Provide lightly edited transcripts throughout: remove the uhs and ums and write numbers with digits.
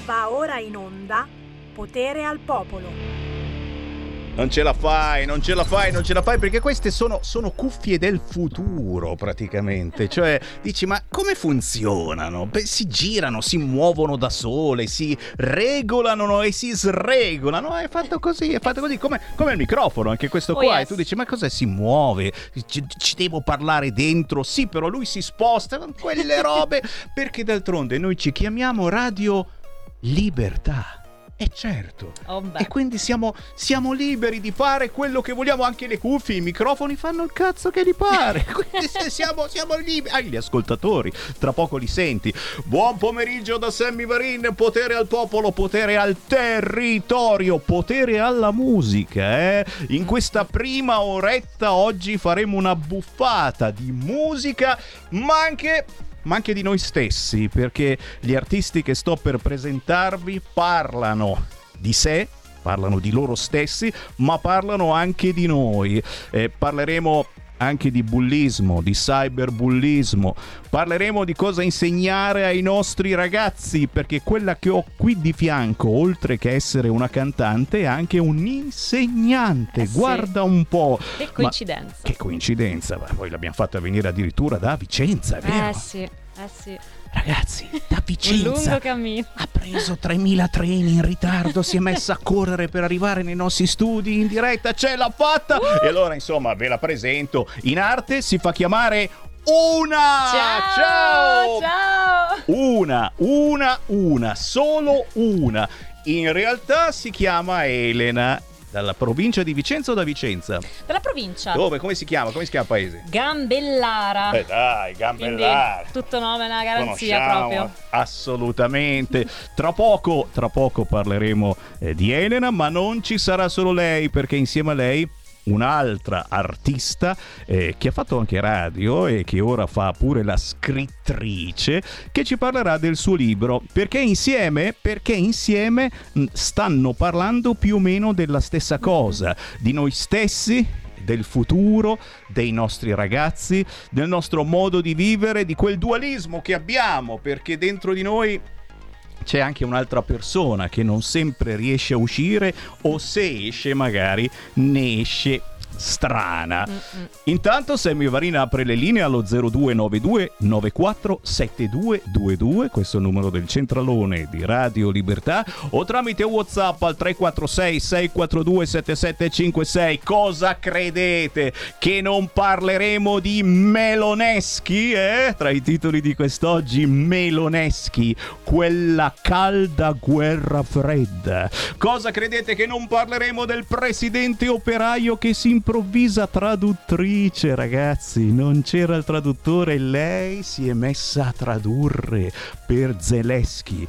Va ora in onda Potere al Popolo. Non ce la fai perché queste sono cuffie del futuro praticamente, cioè dici ma come funzionano? Beh, si girano, si muovono da sole, si regolano e si sregolano, è fatto così come il microfono, anche questo qua, yes. E tu dici ma cos'è? Si muove, ci devo parlare dentro, sì però lui si sposta, quelle robe, perché d'altronde noi ci chiamiamo Radio Libertà. E certo, e quindi siamo liberi di fare quello che vogliamo, anche le cuffie, i microfoni fanno il cazzo che gli pare, quindi siamo liberi, gli ascoltatori, tra poco li senti. Buon pomeriggio da Sammy Varin, potere al popolo, potere al territorio, potere alla musica, In questa prima oretta oggi faremo una buffata di musica, ma anche di noi stessi, perché gli artisti che sto per presentarvi parlano di sé, parlano di loro stessi, ma parlano anche di noi. Parleremo anche di bullismo, di cyberbullismo, parleremo di cosa insegnare ai nostri ragazzi, perché quella che ho qui di fianco, oltre che essere una cantante, è anche un insegnante. Sì. Guarda un po'. Che coincidenza. Che coincidenza, poi l'abbiamo fatta venire addirittura da Vicenza, è vero? Sì. Ragazzi, da Vicenza Un lungo cammino. ha preso 3000 treni in ritardo, si è messa a correre per arrivare nei nostri studi in diretta, ce l'ha fatta! E allora insomma ve la presento, in arte si fa chiamare Una! Una, solo una. In realtà si chiama Elena. Dalla provincia di Vicenza o da Vicenza? Dalla provincia. Dove? Come si chiama? Come si chiama il paese? Gambellara. Dai, Gambellara. Quindi, tutto nome, una garanzia Conosciamo, proprio. Assolutamente. Tra poco parleremo di Elena, ma non ci sarà solo lei, perché insieme a lei un'altra artista che ha fatto anche radio e che ora fa pure la scrittrice, che ci parlerà del suo libro, perché insieme stanno parlando più o meno della stessa cosa, di noi stessi, del futuro, dei nostri ragazzi, del nostro modo di vivere, di quel dualismo che abbiamo, perché dentro di noi c'è anche un'altra persona che non sempre riesce a uscire, o se esce magari ne esce strana. Intanto Sammy Varin apre le linee allo 0292 94 7222, questo è il numero del centralone di Radio Libertà, o tramite WhatsApp al 346 642 7756. Cosa credete? Che non parleremo di Meloneschi, Tra i titoli di quest'oggi, Meloneschi, quella calda guerra fredda. Cosa credete che non parleremo del presidente operaio che si improvvisa traduttrice, ragazzi? Non c'era il traduttore e lei si è messa a tradurre per Zelensky.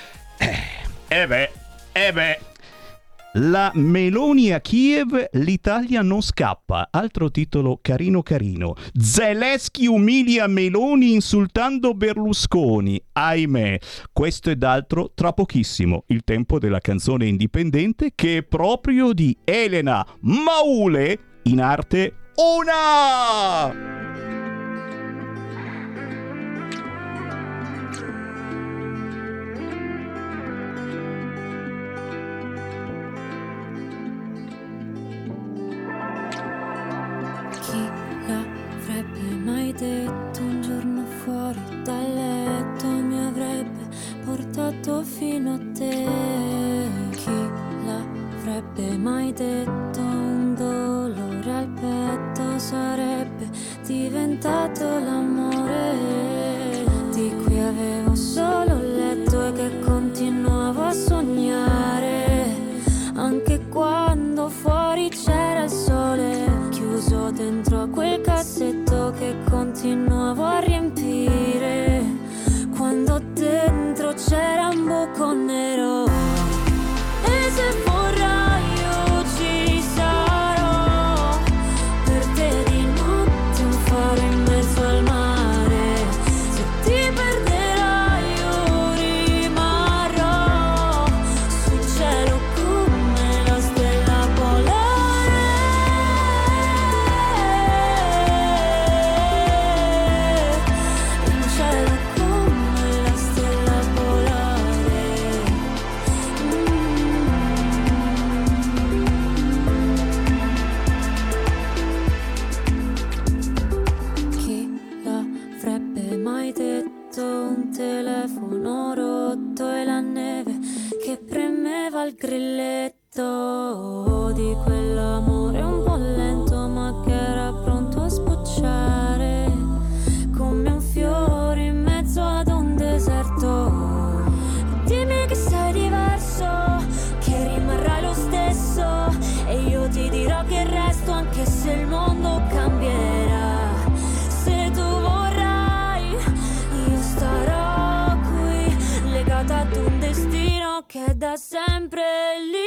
La Meloni a Kiev, l'Italia non scappa. Altro titolo carino. Zelensky umilia Meloni insultando Berlusconi. Ahimè. Questo ed altro tra pochissimo. Il tempo della canzone indipendente, che è proprio di Elena Maule, in arte Una! Mai detto un giorno fuori dal letto mi avrebbe portato fino a te. Chi l'avrebbe mai detto un dolore al petto sarebbe diventato l'amore di cui avevo solo letto e che continuavo a sognare anche quando fuori c'era il sole chiuso dentro a quel cassetto che continuavo a riempire quando dentro c'era un buco nero. E se vorrai io ci sarò per te di notte, un faro in mezzo al mare. Se ti perderai io rimarrò sul cielo come la stella polare. In cielo come la stella polare. un telefono rotto e la neve che premeva il grilletto di quell'amore un po' lento ma che era pronto a sbocciare come un fiore in mezzo ad un deserto. Dimmi che sei diverso, che rimarrai lo stesso e io ti dirò che resto anche se il mondo cambierà. Se tu vorrai, io starò qui, legata ad un destino che è da sempre lì.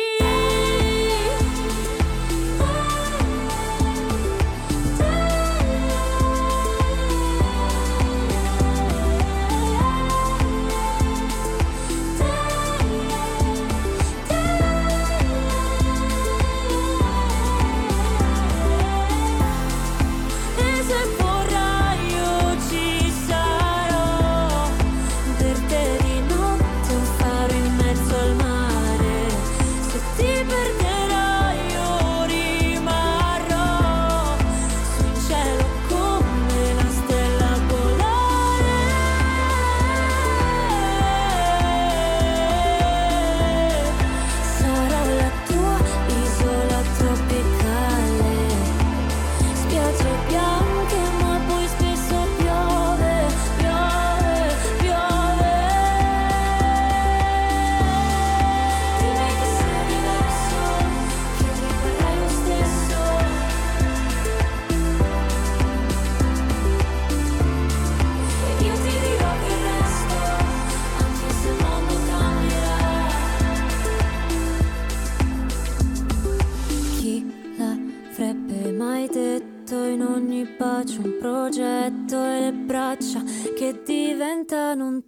Un progetto e le braccia che diventano un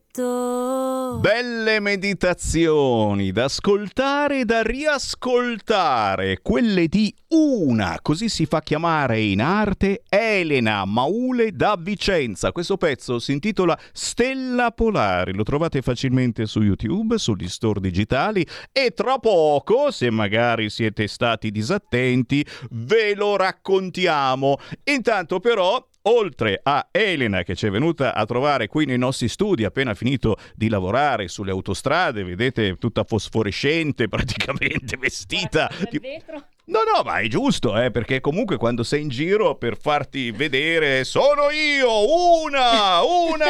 tetto. Belle meditazioni da ascoltare e da riascoltare, quelle di una, così si fa chiamare in arte, Elena Maule da Vicenza. Questo pezzo si intitola Stella Polare, lo trovate facilmente su YouTube, sugli store digitali e tra poco, se magari siete stati disattenti, ve lo raccontiamo. Intanto però, oltre a Elena che ci è venuta a trovare qui nei nostri studi appena finito di lavorare sulle autostrade, vedete tutta fosforescente praticamente vestita vetro. No, ma è giusto, perché comunque quando sei in giro per farti vedere sono io, una,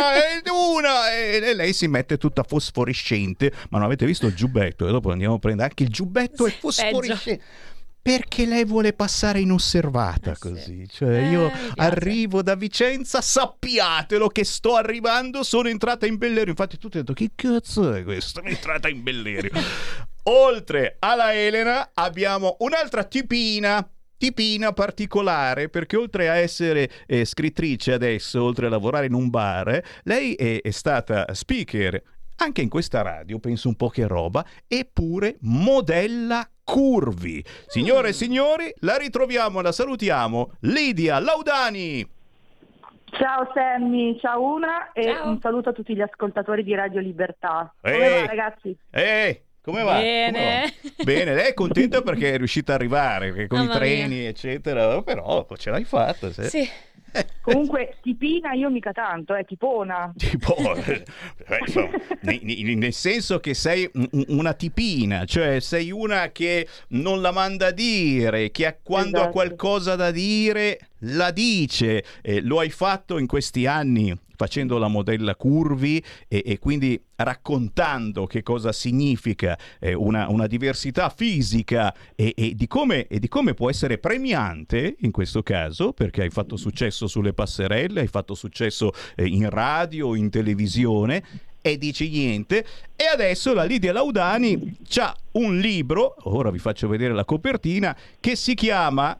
e lei si mette tutta fosforescente, ma non avete visto il giubbetto? E dopo andiamo a prendere anche il giubbetto è fosforescente. Perché lei vuole passare inosservata così, cioè io arrivo da Vicenza, sappiatelo che sto arrivando, sono entrata in Bellerio, infatti tutti hanno detto che cazzo è questo, sono entrata in Bellerio. Oltre alla Elena abbiamo un'altra tipina particolare, perché oltre a essere scrittrice adesso, oltre a lavorare in un bar, lei è stata speaker anche in questa radio, penso un po' che roba, eppure modella curvi. Signore e signori, la ritroviamo, la salutiamo, Lidia Laudani. Ciao Sammy, ciao Una e ciao. Un saluto a tutti gli ascoltatori di Radio Libertà. Come va ragazzi? Come va? Bene. Bene, lei è contenta perché è riuscita ad arrivare, perché con Mamma i treni mia. eccetera, però ce l'hai fatta. Sì. Comunque tipina io mica tanto, tipona. Tipo, insomma, nel senso che sei una tipina, cioè sei una che non la manda a dire, che quando ha Esatto. qualcosa da dire la dice. Lo hai fatto in questi anni facendo la modella curvi e quindi raccontando che cosa significa una diversità fisica e di come può essere premiante in questo caso, perché hai fatto successo sulle passerelle, hai fatto successo in radio, in televisione e dici niente. E adesso la Lidia Laudani c'ha un libro, ora vi faccio vedere la copertina, che si chiama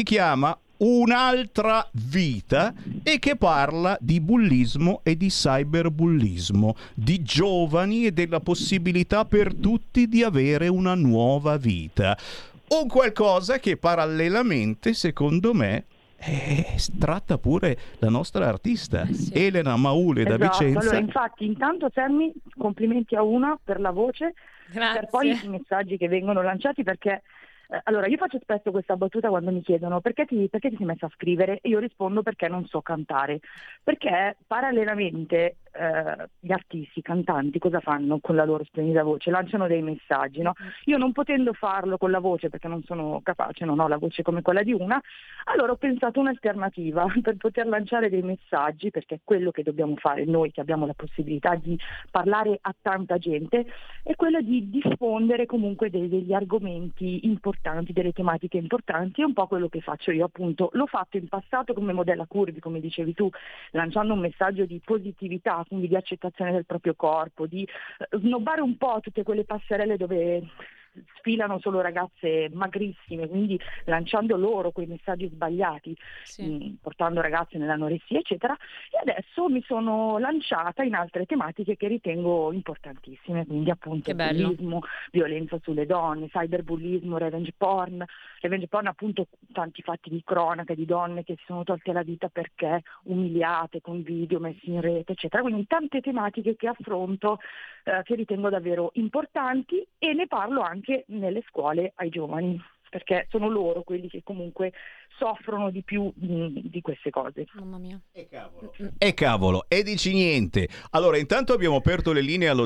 Un'altra vita e che parla di bullismo e di cyberbullismo, di giovani e della possibilità per tutti di avere una nuova vita. Un qualcosa che parallelamente, secondo me, tratta pure la nostra artista Sì. Elena Maule da Vicenza. Allora, infatti, intanto Sammy, complimenti a Una per la voce, Grazie. per poi i messaggi che vengono lanciati, perché allora io faccio spesso questa battuta quando mi chiedono perché ti sei messa a scrivere e io rispondo perché non so cantare, perché parallelamente gli artisti, i cantanti cosa fanno con la loro splendida voce? Lanciano dei messaggi, no? Io non potendo farlo con la voce perché non sono capace, non ho la voce come quella di una, allora ho pensato un'alternativa per poter lanciare dei messaggi, perché è quello che dobbiamo fare noi che abbiamo la possibilità di parlare a tanta gente, è quella di diffondere comunque degli argomenti importanti, delle tematiche importanti. È un po' quello che faccio io, appunto. L'ho fatto in passato come Modella Curvi, come dicevi tu, lanciando un messaggio di positività, quindi di accettazione del proprio corpo, di snobbare un po' tutte quelle passerelle dove sfilano solo ragazze magrissime, quindi lanciando loro quei messaggi sbagliati, portando ragazze nell'anoressia eccetera. E adesso mi sono lanciata in altre tematiche che ritengo importantissime, quindi appunto bullismo, violenza sulle donne, cyberbullismo, revenge porn appunto, tanti fatti di cronaca di donne che si sono tolte la vita perché umiliate con video messi in rete eccetera, quindi tante tematiche che affronto, che ritengo davvero importanti, e ne parlo anche nelle scuole ai giovani, perché sono loro quelli che comunque soffrono di più di queste cose. Mamma mia. E cavolo, e dici niente. Allora, intanto abbiamo aperto le linee allo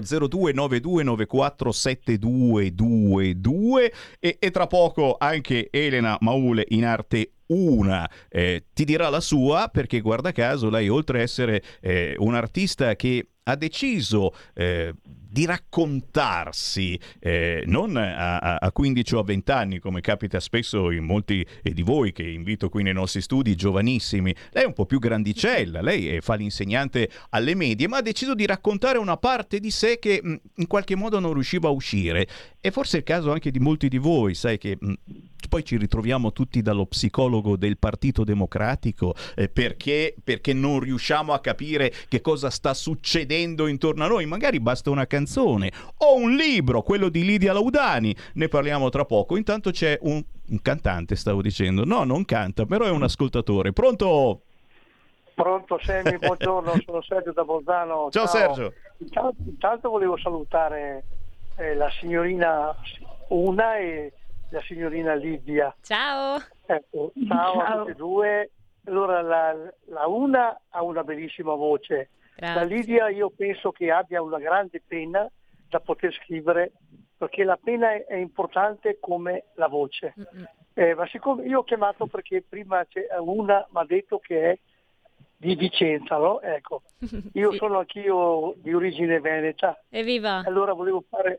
0292947222 e tra poco anche Elena Maule in arte una ti dirà la sua, perché guarda caso lei, oltre a essere un artista che ha deciso di raccontarsi non a 15 o a 20 anni, come capita spesso in molti di voi che invito qui nei nostri studi, giovanissimi. Lei è un po' più grandicella, lei fa l'insegnante alle medie, ma ha deciso di raccontare una parte di sé che in qualche modo non riusciva a uscire. E forse è il caso anche di molti di voi, sai che poi ci ritroviamo tutti dallo psicologo del Partito Democratico perché non riusciamo a capire che cosa sta succedendo intorno a noi. Magari basta una canzone o un libro, quello di Lidia Laudani, ne parliamo tra poco. Intanto c'è un cantante, stavo dicendo, no, non canta, però è un ascoltatore. Pronto? Pronto Sammy, buongiorno, sono Sergio da Bolzano. Ciao Sergio. Intanto volevo salutare la signorina Una e la signorina Lidia. Ciao. Ecco, ciao a tutti e due. Allora la Una ha una bellissima voce. Grazie. La Lidia io penso che abbia una grande penna da poter scrivere, perché la penna è importante come la voce. Ma siccome io ho chiamato perché prima c'è una mi ha detto che è di Vicenza, no? Ecco, io Sì. sono anch'io di origine veneta. Evviva. Allora volevo fare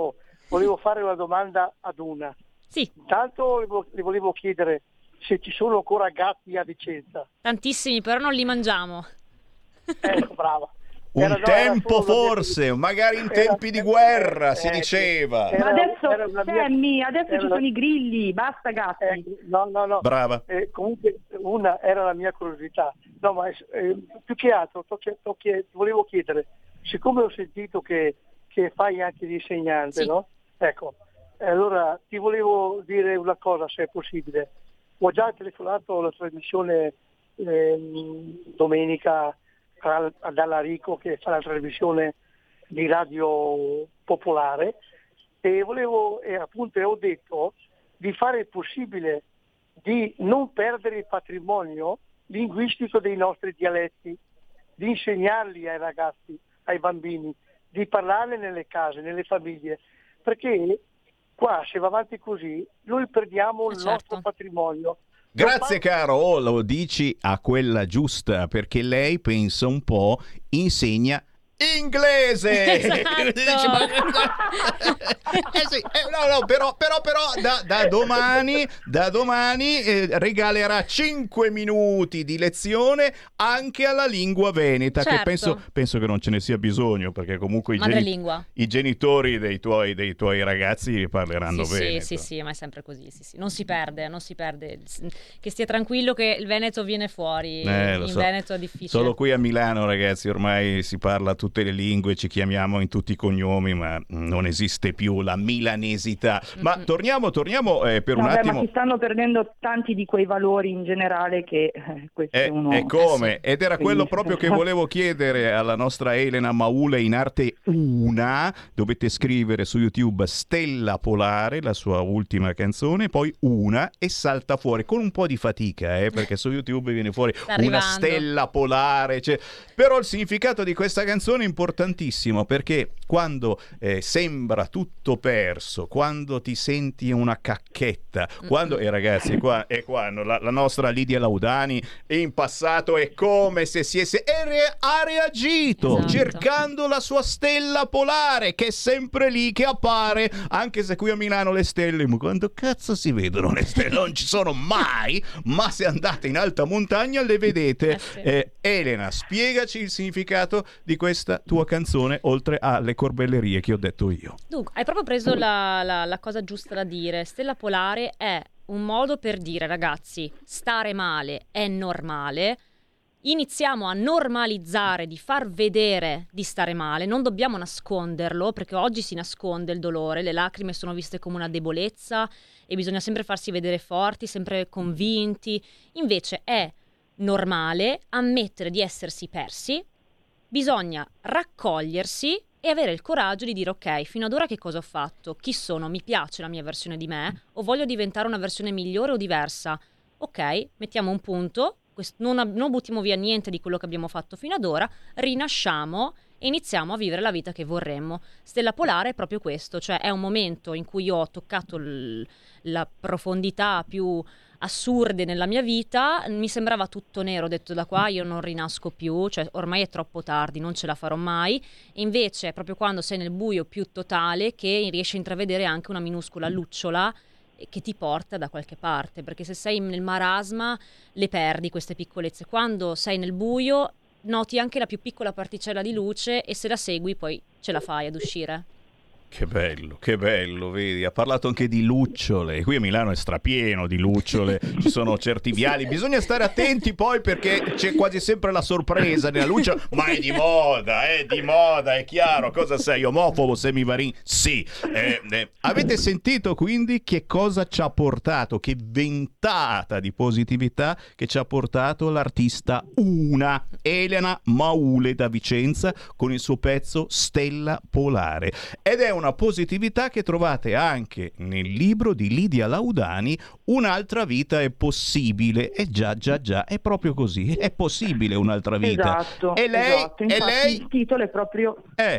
una domanda ad Una. Sì, Intanto le volevo chiedere se ci sono ancora gatti a Vicenza. tantissimi, però non li mangiamo. Ecco, brava. Un tempo forse, magari in tempi di guerra, si diceva. Ma adesso, era Sammy, adesso ci sono i grilli, basta gatti. No. Brava. Comunque una era la mia curiosità. No, ma più che altro volevo chiedere, siccome ho sentito che fai anche l'insegnante, Sì. no? Ecco, allora ti volevo dire una cosa, se è possibile. Ho già telefonato alla trasmissione domenica ad Alarico, che fa la trasmissione di radio popolare, e appunto ho detto di fare il possibile di non perdere il patrimonio linguistico dei nostri dialetti, di insegnarli ai ragazzi, ai bambini, di parlarne nelle case, nelle famiglie, perché qua se va avanti così noi perdiamo il nostro patrimonio. Grazie caro, lo dici a quella giusta, perché lei pensa un po', insegna inglese. Esatto. Sì, no, però da domani regalerà 5 minuti di lezione anche alla lingua veneta, Certo. che penso che non ce ne sia bisogno, perché comunque Madrelingua. i genitori dei tuoi ragazzi parleranno Sì, veneto. sì, ma è sempre così. Sì. Non si perde. Che stia tranquillo che il Veneto viene fuori. Lo In so. Veneto è difficile. Solo qui a Milano, ragazzi, ormai si parla tutte le lingue, ci chiamiamo in tutti i cognomi, ma non esiste più la milanesità. Ma torniamo per un attimo. Ma si stanno perdendo tanti di quei valori in generale che questo è uno... E come? Ed era quello proprio che volevo chiedere alla nostra Elena Maule, in arte Una. Dovete scrivere su YouTube Stella Polare, la sua ultima canzone, poi Una, e salta fuori con un po' di fatica, perché su YouTube viene fuori una stella polare, cioè. Però il significato di questa canzone è importantissimo, perché quando sembra tutto perso, quando ti senti una cacchetta, quando ragazzi qua la nostra Lidia Laudani in passato è come se ha reagito, esatto, cercando la sua stella polare, che è sempre lì, che appare, anche se qui a Milano le stelle, ma quando cazzo si vedono le stelle? Non ci sono mai, ma se andate in alta montagna le vedete. Elena, spiegaci il significato di questa tua canzone, oltre alle corbellerie che ho detto io. Dunque, hai proprio preso la cosa giusta da dire. Stella polare è un modo per dire, ragazzi, stare male è normale. Iniziamo a normalizzare di far vedere di stare male, non dobbiamo nasconderlo, perché oggi si nasconde il dolore, le lacrime sono viste come una debolezza e bisogna sempre farsi vedere forti, sempre convinti. Invece è normale ammettere di essersi persi, bisogna raccogliersi e avere il coraggio di dire: ok, fino ad ora che cosa ho fatto? Chi sono? Mi piace la mia versione di me? O voglio diventare una versione migliore o diversa? Ok, mettiamo un punto. Non buttiamo via niente di quello che abbiamo fatto fino ad ora, rinasciamo e iniziamo a vivere la vita che vorremmo. Stella polare è proprio questo, cioè è un momento in cui io ho toccato la profondità più assurde nella mia vita, mi sembrava tutto nero, ho detto: da qua io non rinasco più, cioè ormai è troppo tardi, non ce la farò mai. E invece è proprio quando sei nel buio più totale che riesci a intravedere anche una minuscola lucciola che ti porta da qualche parte, perché se sei nel marasma le perdi queste piccolezze. Quando sei nel buio noti anche la più piccola particella di luce e se la segui poi ce la fai ad uscire. Che bello, vedi, ha parlato anche di lucciole. Qui a Milano è strapieno di lucciole, ci sono certi viali, bisogna stare attenti poi perché c'è quasi sempre la sorpresa nella lucciola, ma è di moda, è chiaro. Cosa sei, omofobo, semivarin? Sì. Avete sentito quindi che cosa ci ha portato, che ventata di positività che ci ha portato l'artista Una, Elena Maule da Vicenza, con il suo pezzo Stella Polare. Ed è una positività che trovate anche nel libro di Lidia Laudani, Un'altra vita è possibile. E già, è proprio così, è possibile un'altra vita. Esatto, e lei, esatto. Infatti, e lei... il titolo è proprio...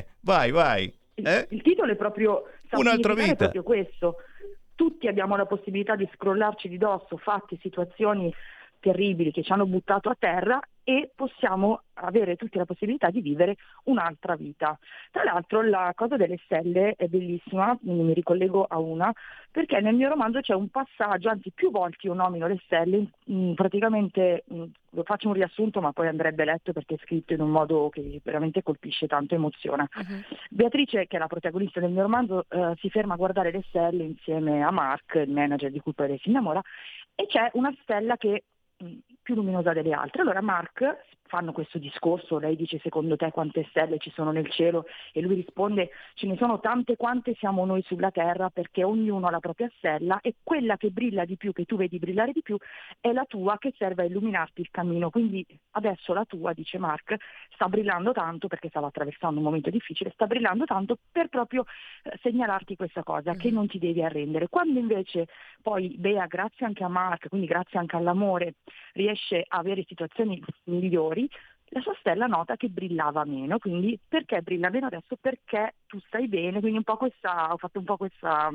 vai. Il titolo è proprio... Un'altra vita. È proprio questo. Tutti abbiamo la possibilità di scrollarci di dosso fatti, situazioni terribili che ci hanno buttato a terra, e possiamo avere tutti la possibilità di vivere un'altra vita. Tra l'altro la cosa delle stelle è bellissima, mi ricollego a Una, perché nel mio romanzo c'è un passaggio, anzi più volte io nomino le stelle, praticamente faccio un riassunto ma poi andrebbe letto perché è scritto in un modo che veramente colpisce tanto, emoziona. Beatrice, che è la protagonista del mio romanzo, si ferma a guardare le stelle insieme a Mark, il manager di cui poi lei si innamora, e c'è una stella che più luminosa delle altre. Allora Mark fanno questo discorso, lei dice: secondo te quante stelle ci sono nel cielo? E lui risponde: ce ne sono tante quante siamo noi sulla terra, perché ognuno ha la propria stella e quella che brilla di più, che tu vedi brillare di più, è la tua, che serve a illuminarti il cammino. Quindi adesso la tua, dice Mark, sta brillando tanto, perché stava attraversando un momento difficile, sta brillando tanto per proprio segnalarti questa cosa, che non ti devi arrendere. Quando invece poi Bea, grazie anche a Mark, quindi grazie anche all'amore, riesce a avere situazioni migliori, la sua stella nota che brillava meno. Quindi perché brilla meno adesso? Perché tu stai bene. Quindi un po' ho fatto un po' questa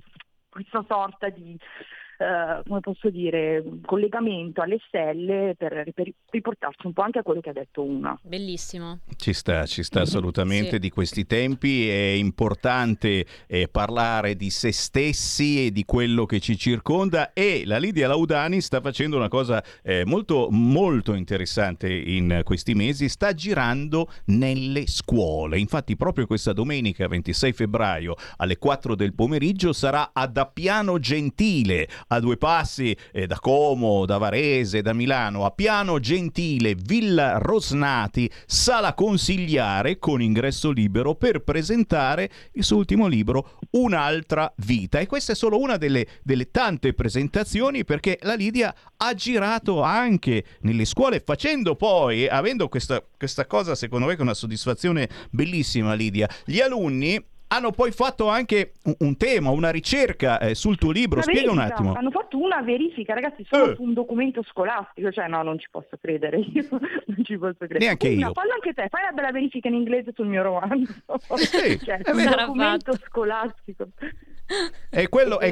sorta di come posso dire, collegamento alle stelle per riportarci un po' anche a quello che ha detto Una. Bellissimo. Ci sta assolutamente. Sì. Di questi tempi è importante parlare di se stessi e di quello che ci circonda, e la Lidia Laudani sta facendo una cosa molto molto interessante in questi mesi, sta girando nelle scuole. Infatti proprio questa domenica 26 febbraio alle 4 del pomeriggio sarà ad Appiano Gentile, a due passi da Como, da Varese, da Milano, a Piano Gentile, Villa Rosnati, sala consigliare con ingresso libero per presentare il suo ultimo libro Un'altra vita. E questa è solo una delle tante presentazioni, perché la Lidia ha girato anche nelle scuole, facendo poi, avendo questa cosa secondo me che è una soddisfazione bellissima, Lidia, gli alunni hanno poi fatto anche un tema, una ricerca sul tuo libro. Spiega un attimo. Hanno fatto una verifica, ragazzi, solo su un documento scolastico, cioè no, non ci posso credere, io non ci posso credere. Neanche io. Fallo anche te, fai una bella verifica in inglese sul mio romanzo. Sì, cioè, è un vero. documento scolastico. È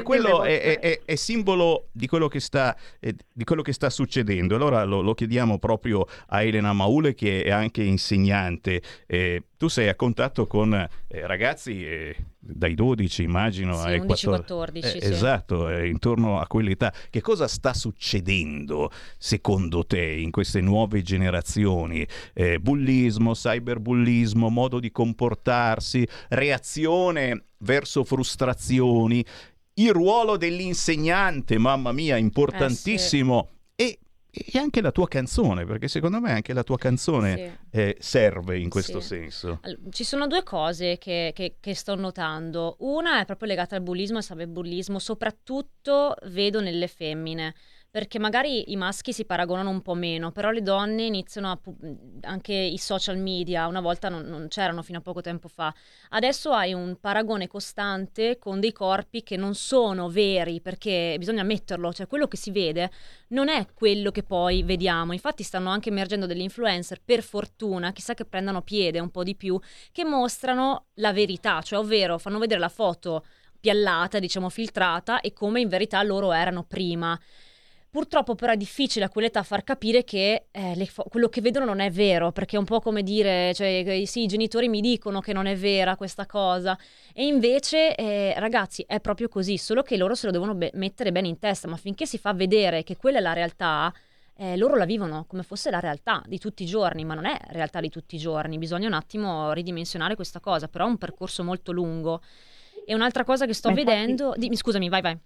simbolo di quello che sta succedendo. Allora lo chiediamo proprio a Elena Maule, che è anche insegnante. Tu sei a contatto con ragazzi dai 12, immagino, sì, ai 11-14. Sì. Esatto, intorno a quell'età. Che cosa sta succedendo secondo te in queste nuove generazioni? Bullismo, cyberbullismo, modo di comportarsi, reazione verso frustrazioni, il ruolo dell'insegnante, mamma mia, importantissimo. Sì. E anche la tua canzone, perché secondo me anche la tua canzone serve in questo senso. Ci sono due cose che sto notando. Una è proprio legata al bullismo e cyberbullismo, soprattutto vedo nelle femmine, perché magari i maschi si paragonano un po' meno, però le donne iniziano anche i social media, una volta non c'erano fino a poco tempo fa. Adesso hai un paragone costante con dei corpi che non sono veri, perché bisogna ammetterlo, cioè quello che si vede non è quello che poi vediamo. Infatti stanno anche emergendo degli influencer, per fortuna, chissà che prendano piede un po' di più, che mostrano la verità, cioè ovvero fanno vedere la foto piallata, diciamo filtrata, e come in verità loro erano prima. Purtroppo però è difficile a quell'età far capire che quello che vedono non è vero, perché è un po' come dire, cioè sì, i genitori mi dicono che non è vera questa cosa, e invece ragazzi è proprio così, solo che loro se lo devono mettere bene in testa, ma finché si fa vedere che quella è la realtà, loro la vivono come fosse la realtà di tutti i giorni, ma non è realtà di tutti i giorni, bisogna un attimo ridimensionare questa cosa, però è un percorso molto lungo. E un'altra cosa che sto vedendo... Scusami, vai.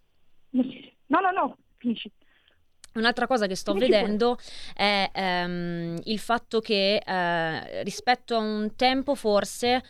No, finisci. Un'altra cosa che sto vedendo è il fatto che rispetto a un tempo forse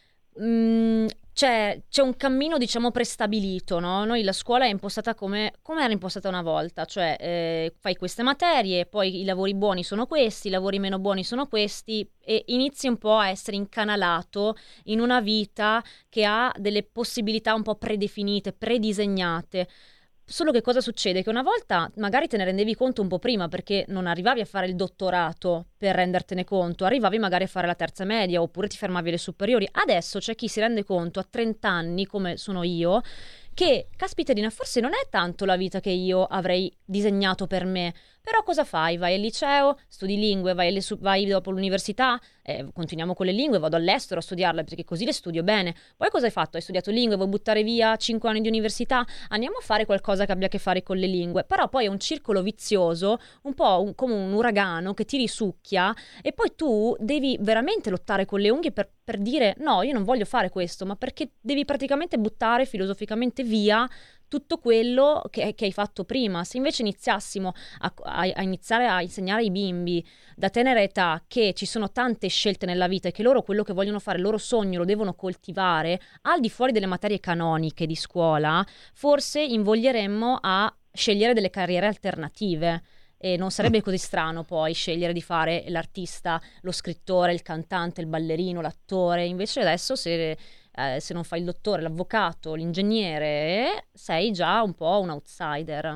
c'è un cammino, diciamo, prestabilito, no? Noi la scuola è impostata come era impostata una volta, cioè fai queste materie, poi i lavori buoni sono questi, i lavori meno buoni sono questi, e inizi un po' a essere incanalato in una vita che ha delle possibilità un po' predefinite, predisegnate. Solo che cosa succede? Che una volta magari te ne rendevi conto un po' prima, perché non arrivavi a fare il dottorato per rendertene conto, arrivavi magari a fare la terza media oppure ti fermavi alle superiori. Adesso c'è chi si rende conto a 30 anni, come sono io, che caspiterina, forse non è tanto la vita che io avrei disegnato per me. Però cosa fai? Vai al liceo, studi lingue, vai dopo l'università, continuiamo con le lingue, vado all'estero a studiarle perché così le studio bene. Poi cosa hai fatto? Hai studiato lingue, vuoi buttare via 5 anni di università? Andiamo a fare qualcosa che abbia a che fare con le lingue. Però poi è un circolo vizioso, un po' come un uragano che ti risucchia, e poi tu devi veramente lottare con le unghie per dire no, io non voglio fare questo, ma perché devi praticamente buttare filosoficamente via tutto quello che hai fatto prima. Se invece iniziassimo a iniziare a insegnare ai bimbi da tenera età che ci sono tante scelte nella vita e che loro quello che vogliono fare, il loro sogno lo devono coltivare al di fuori delle materie canoniche di scuola, forse invoglieremmo a scegliere delle carriere alternative. E non sarebbe così strano poi scegliere di fare l'artista, lo scrittore, il cantante, il ballerino, l'attore. Invece adesso se non fai il dottore, l'avvocato, l'ingegnere, sei già un po' un outsider.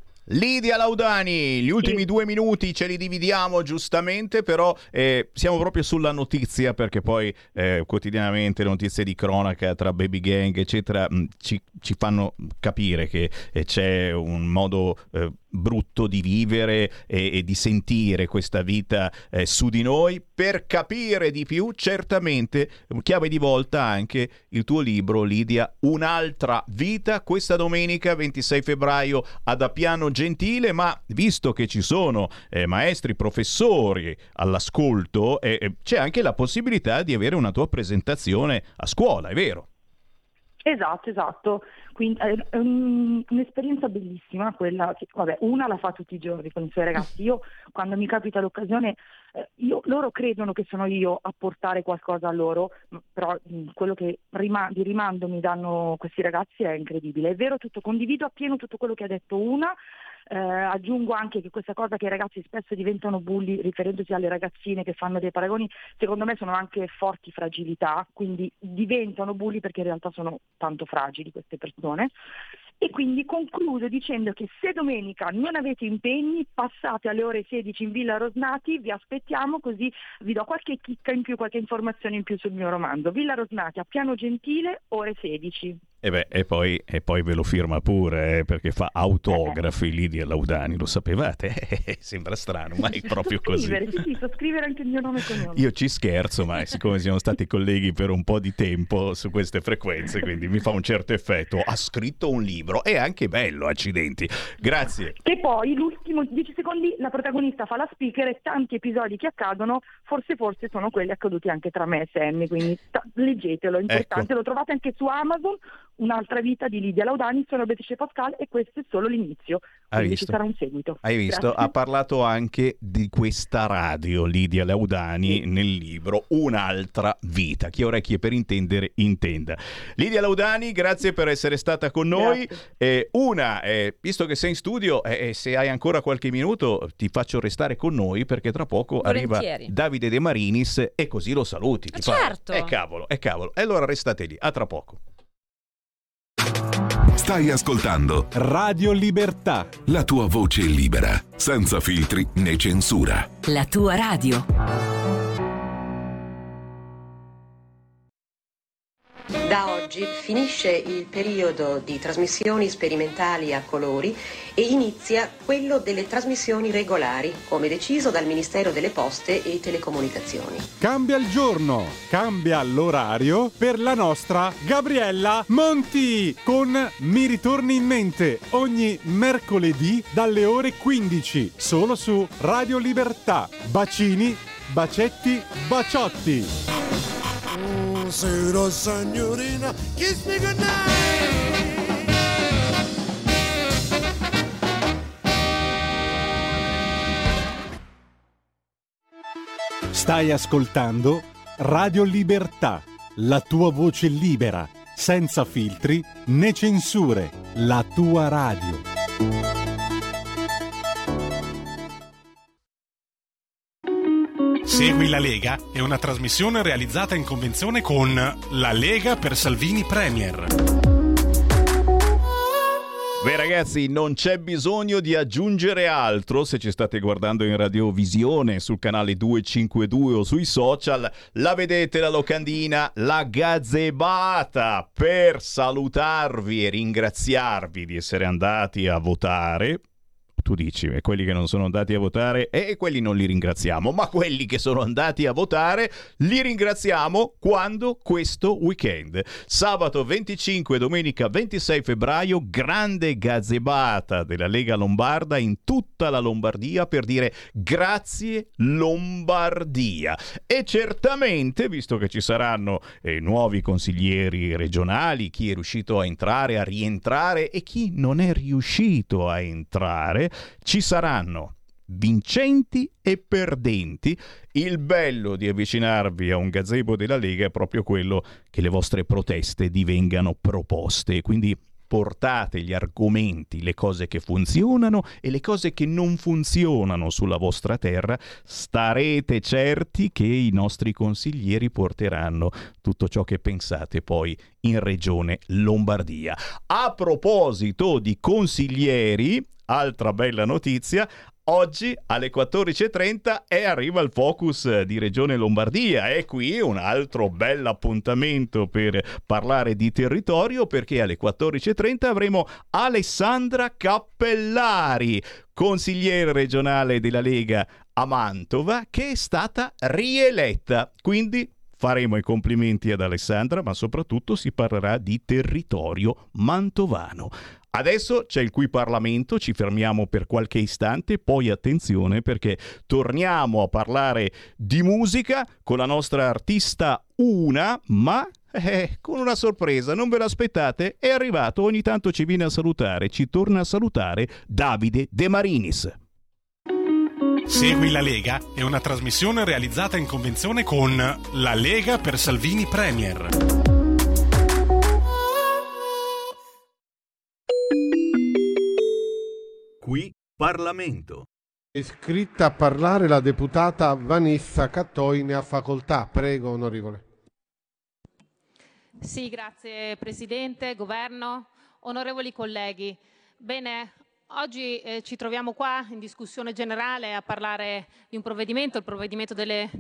Lidia Laudani, gli ultimi 2 minuti ce li dividiamo giustamente, però siamo proprio sulla notizia, perché poi quotidianamente le notizie di cronaca tra baby gang eccetera ci fanno capire che c'è un modo brutto di vivere e di sentire questa vita su di noi. Per capire di più, certamente chiave di volta anche il tuo libro, Lidia, Un'altra vita, questa domenica 26 febbraio ad Appiano Gentile. Ma visto che ci sono maestri, professori all'ascolto, c'è anche la possibilità di avere una tua presentazione a scuola, è vero? Esatto. Quindi è un'esperienza bellissima quella che, vabbè, una la fa tutti i giorni con i suoi ragazzi. Io, quando mi capita l'occasione, loro credono che sono io a portare qualcosa a loro, però quello che di rimando mi danno questi ragazzi è incredibile. È vero, condivido appieno tutto quello che ha detto una. Aggiungo anche che questa cosa che i ragazzi spesso diventano bulli riferendosi alle ragazzine che fanno dei paragoni, secondo me sono anche forti fragilità, quindi diventano bulli perché in realtà sono tanto fragili queste persone. E quindi concludo dicendo che se domenica non avete impegni, passate alle ore 16 in Villa Rosnati, vi aspettiamo, così vi do qualche chicca in più, qualche informazione in più sul mio romanzo. Villa Rosnati a Piano Gentile, ore 16. E poi ve lo firma pure, perché fa autografi Lidia Laudani, lo sapevate? Sembra strano, ma è proprio così. So scrivere anche il mio nome e cognome. Io ci scherzo, ma siccome siamo stati colleghi per un po' di tempo su queste frequenze, quindi mi fa un certo effetto. Ha scritto un libro, è anche bello, accidenti. Grazie. Che poi, l'ultimo 10 secondi, la protagonista fa la speaker e tanti episodi che accadono, forse sono quelli accaduti anche tra me e Sammy, quindi leggetelo, è importante. Ecco. Lo trovate anche su Amazon. Un'altra vita di Lidia Laudani, sono Beatrice Pascal e questo è solo l'inizio, quindi ci sarà un seguito. Hai visto? Grazie. Ha parlato anche di questa radio, Lidia Laudani, nel libro Un'altra vita. Chi ha orecchie per intendere, intenda. Lidia Laudani, grazie per essere stata con noi. Visto che sei in studio, se hai ancora qualche minuto ti faccio restare con noi, perché tra poco arriva Davide De Marinis e così lo saluti. Certo. Cavolo. E allora restate lì, a tra poco. Stai ascoltando Radio Libertà, la tua voce libera, senza filtri né censura. La tua radio. Da oggi finisce il periodo di trasmissioni sperimentali a colori e inizia quello delle trasmissioni regolari, come deciso dal Ministero delle Poste e Telecomunicazioni. Cambia il giorno, cambia l'orario per la nostra Gabriella Monti con Mi ritorni in mente ogni mercoledì dalle ore 15, solo su Radio Libertà. Bacini, bacetti, baciotti. Sera signorina, kiss me goodnight. Stai ascoltando Radio Libertà, la tua voce libera, senza filtri né censure, la tua radio. Segui la Lega è una trasmissione realizzata in convenzione con La Lega per Salvini Premier. Beh ragazzi, non c'è bisogno di aggiungere altro. Se ci state guardando in radiovisione sul canale 252 o sui social, la vedete la locandina, la gazebata per salutarvi e ringraziarvi di essere andati a votare. Tu dici, e quelli che non sono andati a votare, e quelli non li ringraziamo, ma quelli che sono andati a votare li ringraziamo quando? Questo weekend. Sabato 25 domenica 26 febbraio, grande gazebata della Lega Lombarda in tutta la Lombardia per dire grazie Lombardia. E certamente, visto che ci saranno nuovi consiglieri regionali, chi è riuscito a entrare, a rientrare e chi non è riuscito a entrare, ci saranno vincenti e perdenti. Il bello di avvicinarvi a un gazebo della Lega è proprio quello che le vostre proteste divengano proposte, quindi portate gli argomenti, le cose che funzionano e le cose che non funzionano sulla vostra terra. Starete certi che i nostri consiglieri porteranno tutto ciò che pensate poi in Regione Lombardia. A proposito di consiglieri, altra bella notizia, oggi alle 14.30 arriva il Focus di Regione Lombardia e qui un altro bel appuntamento per parlare di territorio, perché alle 14.30 avremo Alessandra Cappellari, consigliere regionale della Lega a Mantova, che è stata rieletta. Quindi faremo i complimenti ad Alessandra, ma soprattutto si parlerà di territorio mantovano. Adesso c'è il Qui Parlamento, ci fermiamo per qualche istante, poi attenzione perché torniamo a parlare di musica con la nostra artista Una, ma Con una sorpresa, non ve l'aspettate? È arrivato, ogni tanto ci viene a salutare, ci torna a salutare Davide De Marinis. Segui la Lega è una trasmissione realizzata in convenzione con La Lega per Salvini Premier. Qui Parlamento. È iscritta a parlare la deputata Vanessa Cattoi, ne ha facoltà. Prego, onorevole. Sì, grazie Presidente, Governo, onorevoli colleghi. Bene, oggi ci troviamo qua in discussione generale a parlare di un provvedimento, il provvedimento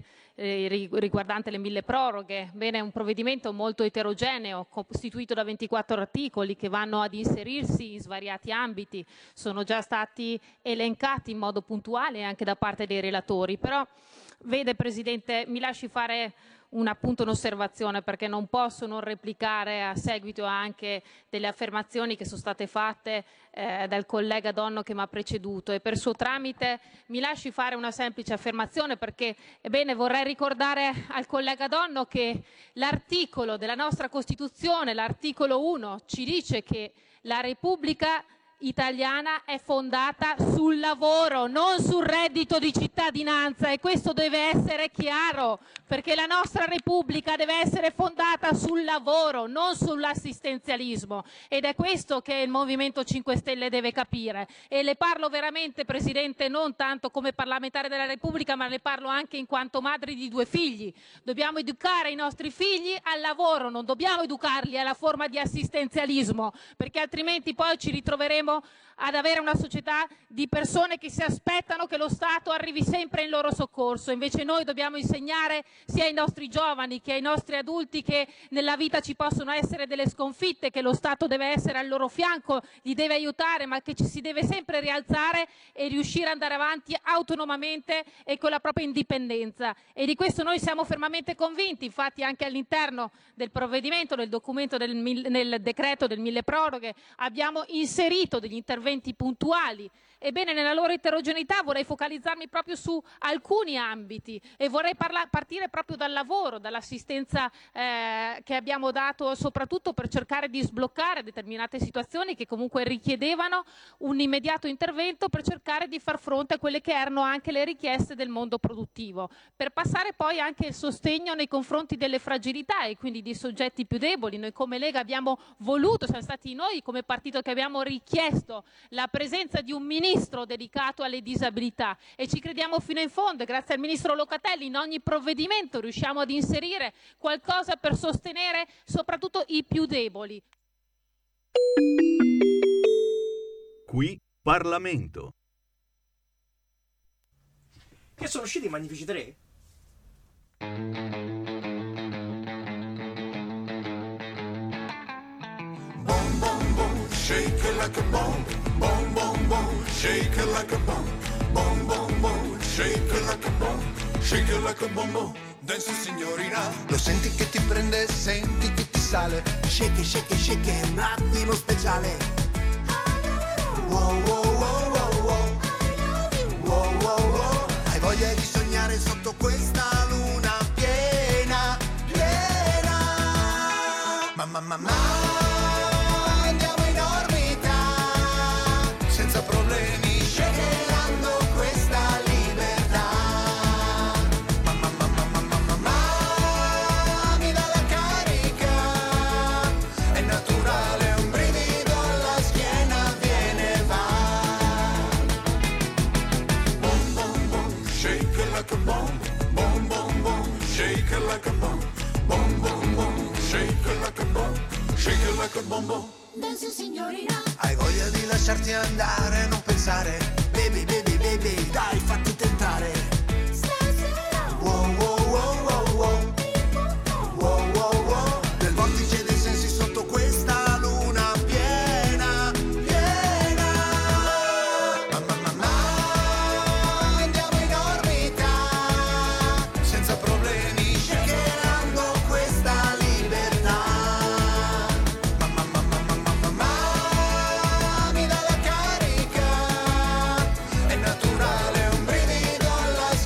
riguardante le 1000 proroghe. Bene, un provvedimento molto eterogeneo, costituito da 24 articoli che vanno ad inserirsi in svariati ambiti. Sono già stati elencati in modo puntuale anche da parte dei relatori. Però, vede Presidente, mi lasci fare un'osservazione, perché non posso non replicare a seguito anche delle affermazioni che sono state fatte dal collega Donno che mi ha preceduto, e per suo tramite mi lasci fare una semplice affermazione, perché vorrei ricordare al collega Donno che l'articolo della nostra Costituzione, l'articolo 1, ci dice che la Repubblica italiana è fondata sul lavoro, non sul reddito di cittadinanza, e questo deve essere chiaro, perché la nostra Repubblica deve essere fondata sul lavoro, non sull'assistenzialismo, ed è questo che il Movimento 5 Stelle deve capire. E le parlo veramente, Presidente, non tanto come parlamentare della Repubblica, ma le parlo anche in quanto madre di 2 figli. Dobbiamo educare i nostri figli al lavoro, non dobbiamo educarli alla forma di assistenzialismo, perché altrimenti poi ci ritroveremo ad avere una società di persone che si aspettano che lo Stato arrivi sempre in loro soccorso. Invece noi dobbiamo insegnare sia ai nostri giovani che ai nostri adulti che nella vita ci possono essere delle sconfitte, che lo Stato deve essere al loro fianco, li deve aiutare, ma che ci si deve sempre rialzare e riuscire ad andare avanti autonomamente e con la propria indipendenza. E di questo noi siamo fermamente convinti. Infatti anche all'interno del provvedimento, nel documento nel decreto del 1000 proroghe, abbiamo inserito degli interventi puntuali. Ebbene, nella loro eterogeneità vorrei focalizzarmi proprio su alcuni ambiti e vorrei partire proprio dal lavoro, dall'assistenza che abbiamo dato soprattutto per cercare di sbloccare determinate situazioni che comunque richiedevano un immediato intervento per cercare di far fronte a quelle che erano anche le richieste del mondo produttivo, per passare poi anche il sostegno nei confronti delle fragilità e quindi di soggetti più deboli. Noi come Lega abbiamo voluto, siamo stati noi come partito che abbiamo richiesto la presenza di un ministro dedicato alle disabilità, e ci crediamo fino in fondo. Grazie al ministro Locatelli in ogni provvedimento riusciamo ad inserire qualcosa per sostenere soprattutto i più deboli. Qui Parlamento. Che sono usciti i Magnifici 3? Boom, boom, boom, shake it like a bomb. Boom, boom, boom, shake it like a bomb. Boom, boom, boom, shake it like a bomb. Shake it like a bomb, boom. Dance signorina. Lo senti che ti prende, senti che ti sale. Shake it, shake it, shake it, un attimo speciale. Wow, wow, wow, wow, wow. Wow, wow, wow. Hai voglia di sognare sotto questa luna piena, piena. Mamma, mamma. Hai voglia di lasciarti andare, non pensare. Baby, baby, baby, dai, fatti tentare. Wow, wow, wow, wow, wow. Wow, wow, wow. Nel vortice dei sensi sotto questa luna piena, piena. Mamma, mamma, andiamo in orbita senza problemi, shakerando questa libertà. Mi dà la carica, è naturale, un brivido alla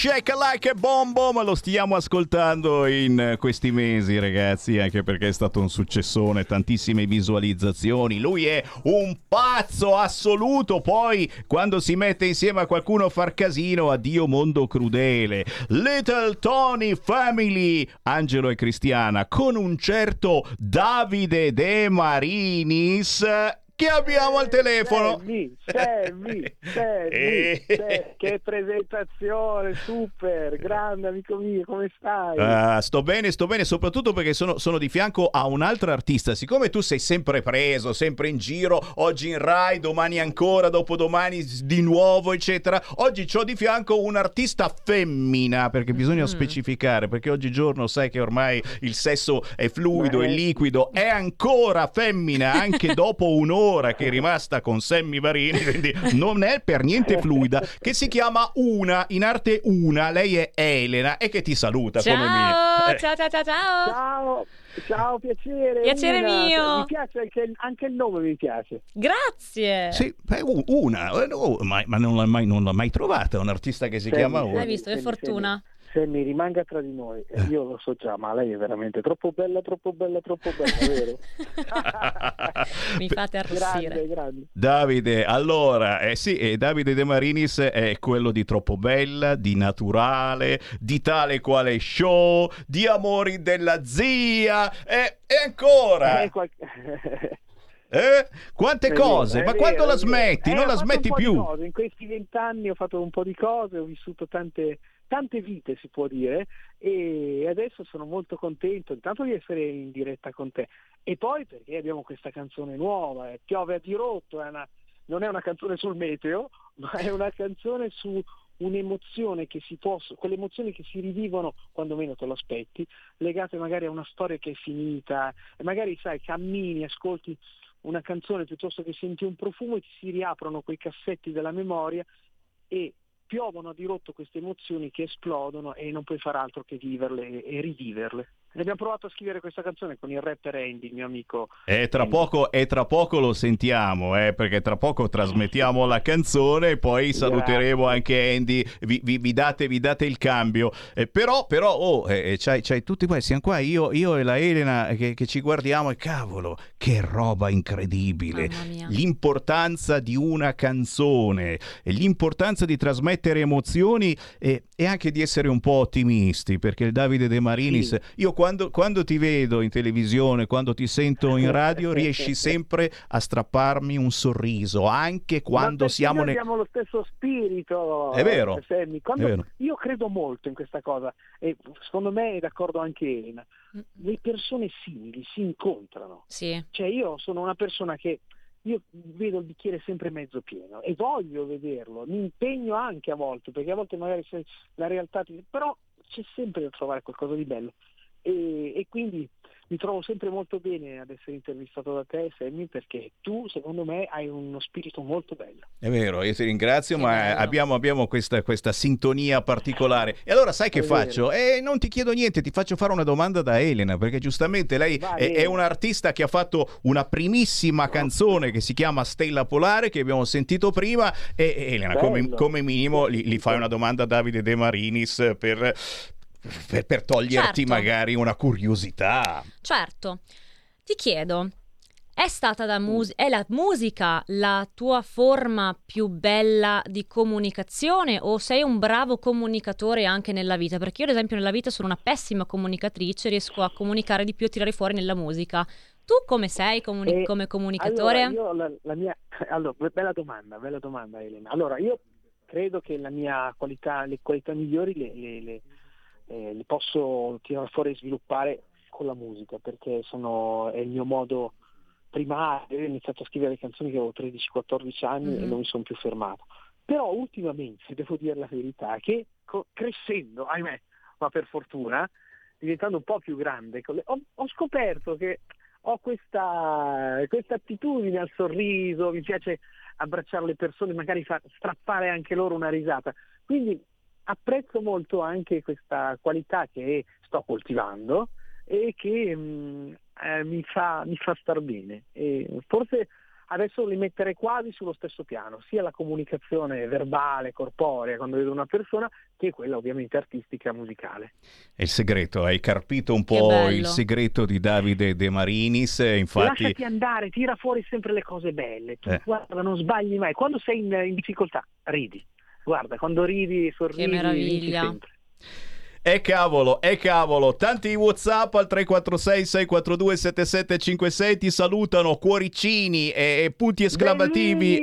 Shake Like a Bomb Bomb, lo stiamo ascoltando in questi mesi, ragazzi, anche perché è stato un successone, tantissime visualizzazioni. Lui è un pazzo assoluto, poi quando si mette insieme a qualcuno a far casino, addio mondo crudele. Little Tony Family, Angelo e Cristiana, con un certo Davide De Marinis, che abbiamo al telefono. Sammy, che presentazione, super, grande amico mio, come stai? Sto bene, soprattutto perché sono di fianco a un'altra artista. Siccome tu sei sempre preso, sempre in giro, oggi in Rai, domani ancora, dopodomani di nuovo, eccetera, oggi c'ho di fianco un'artista femmina, perché bisogna specificare, perché oggigiorno sai che ormai il sesso è fluido, è liquido, è ancora femmina anche dopo un'ora che è rimasta con Sammy Varini, quindi non è per niente fluida, che si chiama Una, in arte Una. Lei è Elena e che ti saluta. Ciao, come mia. Ciao, piacere. Piacere Una. mio. Mi piace anche il nome, mi piace. Grazie. Sì, Una, ma non l'ha mai trovata un'artista che si chiama Una. Hai visto, che fortuna. Se mi rimanga tra di noi, io lo so già, ma lei è veramente troppo bella, vero? Mi fate arrossire. Grande. Davide, allora, Davide De Marinis è quello di Troppo Bella, di Naturale, di Tale Quale Show, di Amori della Zia, e ancora... Quante cose, ma quando la smetti? Non la smetti più. In questi 20 anni ho fatto un po' di cose, ho vissuto tante vite, si può dire, e adesso sono molto contento intanto di essere in diretta con te, e poi perché abbiamo questa canzone nuova, Piove a dirotto, non è una canzone sul meteo, ma è una canzone su un'emozione quelle emozioni che si rivivono quando meno te lo aspetti, legate magari a una storia che è finita, e magari sai, cammini, ascolti una canzone piuttosto che senti un profumo e ti si riaprono quei cassetti della memoria e piovono a dirotto queste emozioni che esplodono e non puoi far altro che viverle e riviverle. E abbiamo provato a scrivere questa canzone con il rapper Andy, il mio amico. Tra poco lo sentiamo, perché tra poco trasmettiamo la canzone e poi saluteremo anche Andy. Vi date il cambio. Però c'hai tutti qua, siamo qua io e la Elena che ci guardiamo e cavolo, che roba incredibile. L'importanza di una canzone, l'importanza di trasmettere emozioni e anche di essere un po' ottimisti, perché il Davide De Marinis, io quando ti vedo in televisione, quando ti sento in radio, riesci sempre a strapparmi un sorriso, anche quando siamo abbiamo lo stesso spirito. È vero. Sammy. È vero. Io credo molto in questa cosa e secondo me è d'accordo anche Elena. Le persone simili si incontrano. Sì. Cioè io sono una persona che io vedo il bicchiere sempre mezzo pieno e voglio vederlo, mi impegno anche a volte, perché a volte magari la realtà però c'è sempre da trovare qualcosa di bello. E quindi mi trovo sempre molto bene ad essere intervistato da te, Sammy, perché tu secondo me hai uno spirito molto bello. È vero, io ti ringrazio, ma abbiamo questa sintonia particolare. E allora sai che faccio? Non ti chiedo niente, ti faccio fare una domanda da Elena, perché giustamente lei è un'artista che ha fatto una primissima canzone che si chiama Stella Polare, che abbiamo sentito prima, e Elena, come minimo gli fai una domanda a Davide De Marinis per toglierti magari una curiosità. Certo, ti chiedo, è la musica la tua forma più bella di comunicazione o sei un bravo comunicatore anche nella vita? Perché io ad esempio nella vita sono una pessima comunicatrice, riesco a comunicare di più, a tirare fuori nella musica. Tu come sei come comunicatore? Allora, bella domanda Elena. Allora io credo che le qualità migliori le posso tirare fuori e sviluppare con la musica, perché è il mio modo primario. Ho iniziato a scrivere canzoni che avevo 13-14 anni e non mi sono più fermato. Però ultimamente devo dire la verità che crescendo, ahimè, ma per fortuna, diventando un po' più grande, ho scoperto che ho questa attitudine al sorriso, mi piace abbracciare le persone, magari strappare anche loro una risata. Quindi apprezzo molto anche questa qualità che sto coltivando e che mi fa star bene. E forse adesso li metterei quasi sullo stesso piano, sia la comunicazione verbale, corporea, quando vedo una persona, che quella ovviamente artistica e musicale. È il segreto, hai carpito un Che po' bello. il segreto di Davide De Marinis, infatti... Lasciati andare, tira fuori sempre le cose belle, tu guarda, non sbagli mai, quando sei in difficoltà ridi, guarda, quando ridi, sorridi, Che meraviglia. vinci sempre. E cavolo, tanti WhatsApp al 346-642-7756 ti salutano, cuoricini e punti esclamativi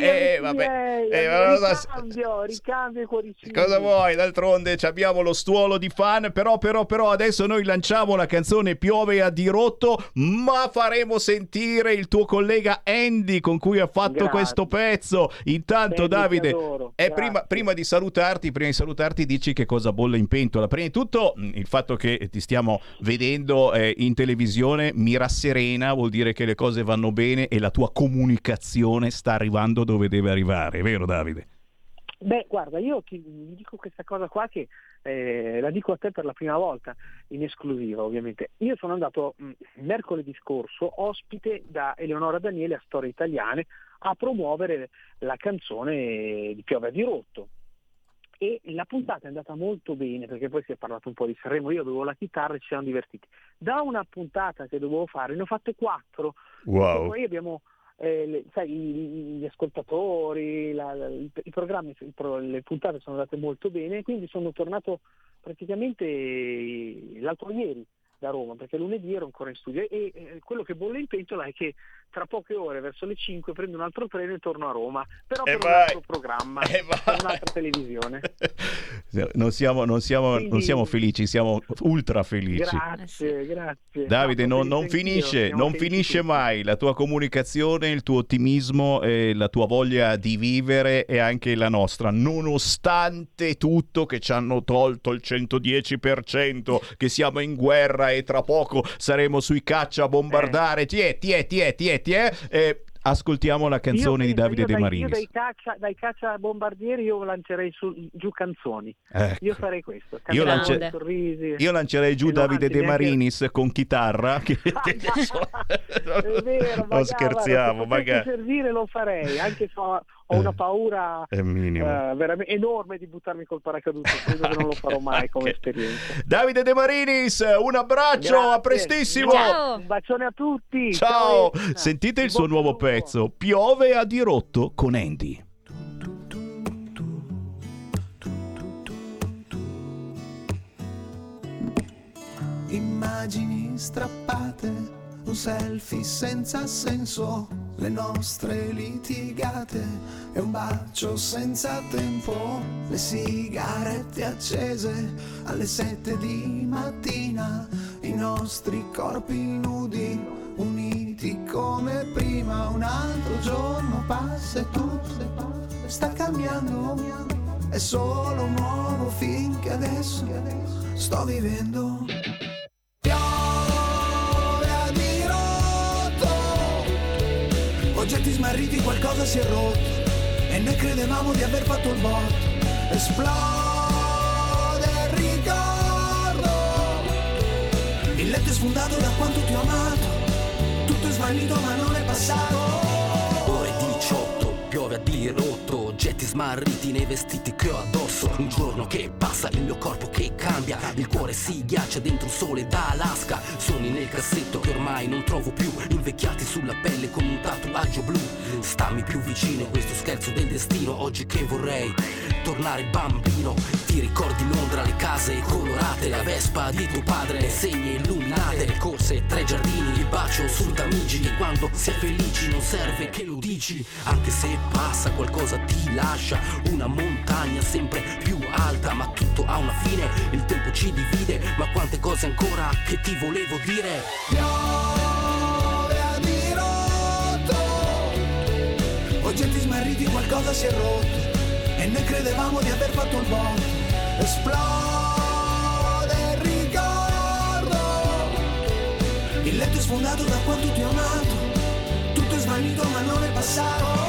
Ricambio i cuoricini. Cosa vuoi? D'altronde abbiamo lo stuolo di fan, però adesso noi lanciamo la canzone Piove a dirotto, ma faremo sentire il tuo collega Andy con cui ha fatto Grazie. questo pezzo. Intanto Andy, Davide, ti adoro. prima di salutarti dici che cosa bolle in pentola. Prima di tutto il fatto che ti stiamo vedendo in televisione mi rasserena, vuol dire che le cose vanno bene e la tua comunicazione sta arrivando dove deve arrivare, vero Davide? Beh, guarda, io ti dico questa cosa qua che la dico a te per la prima volta, in esclusiva ovviamente. Io sono andato mercoledì scorso ospite da Eleonora Daniele a Storie Italiane a promuovere la canzone di Piove a dirotto. E la puntata è andata molto bene, perché poi si è parlato un po' di Sanremo, io avevo la chitarra e ci siamo divertiti. Da una puntata che dovevo fare ne ho fatte 4. Wow. Poi abbiamo gli ascoltatori, i programmi, le puntate sono andate molto bene, quindi sono tornato praticamente l'altro ieri da Roma, perché lunedì ero ancora in studio e quello che bolle in pentola è che tra poche ore, verso le 5, prendo un altro treno e torno a Roma, però per un altro programma, per un'altra televisione. Non siamo felici, siamo ultra felici. Grazie. Davide, non finisce mai la tua comunicazione, il tuo ottimismo, la tua voglia di vivere e anche la nostra, nonostante tutto che ci hanno tolto il 110%, che siamo in guerra e tra poco saremo sui caccia a bombardare. Ascoltiamo la canzone di Davide De Marinis. Io dai caccia bombardieri io lancerei giù canzoni. Ecco. Io farei questo. Io lancerei giù Davide De Marinis con chitarra. È vero, non scherziamo, magari. Se servire lo farei, anche se ho una paura veramente enorme di buttarmi col paracadute, credo che non lo farò mai come esperienza. Davide De Marinis, un abbraccio, Grazie. a prestissimo. Ciao. Un bacione a tutti. Ciao. Sentite il suo nuovo pezzo, Piove a dirotto con Andy. Immagini strappate, un selfie senza senso, le nostre litigate e un bacio senza tempo, le sigarette accese alle 7 di mattina, i nostri corpi nudi uniti come prima. Un altro giorno passa e tutto sta cambiando, è solo un nuovo film che adesso sto vivendo. Oggetti smarriti, qualcosa si è rotto e noi credevamo di aver fatto il botto. Esplode il ricordo, il letto è sfondato da quanto ti ho amato, tutto è svanito ma non è passato. Ore 18, piove a dirotto, oggetti smarriti nei vestiti che ho addosso. Un giorno che passa, il mio corpo che cambia, il cuore si ghiaccia dentro un sole da Alaska. Sogni nel cassetto che ormai non trovo più, invecchiati sulla pelle con un tatuaggio blu. Stammi più vicino, questo scherzo del destino. Oggi che vorrei tornare bambino. Ti ricordi Londra, le case colorate, la Vespa di tuo padre, le segne illuminate, le corse tra i giardini, il bacio sul Tamigi. E quando si è felici non serve che lo dici, anche se passa qualcosa ti lascia. Una montagna sempre più alta, ma tutto ha una fine, il tempo ci divide. Ma quante cose ancora che ti volevo dire. Piove a dirotto, oggetti smarriti, qualcosa si è rotto e noi credevamo di aver fatto il botto. Esplode il ricordo, il letto è sfondato da quanto ti ho amato, tutto è svanito ma non è passato.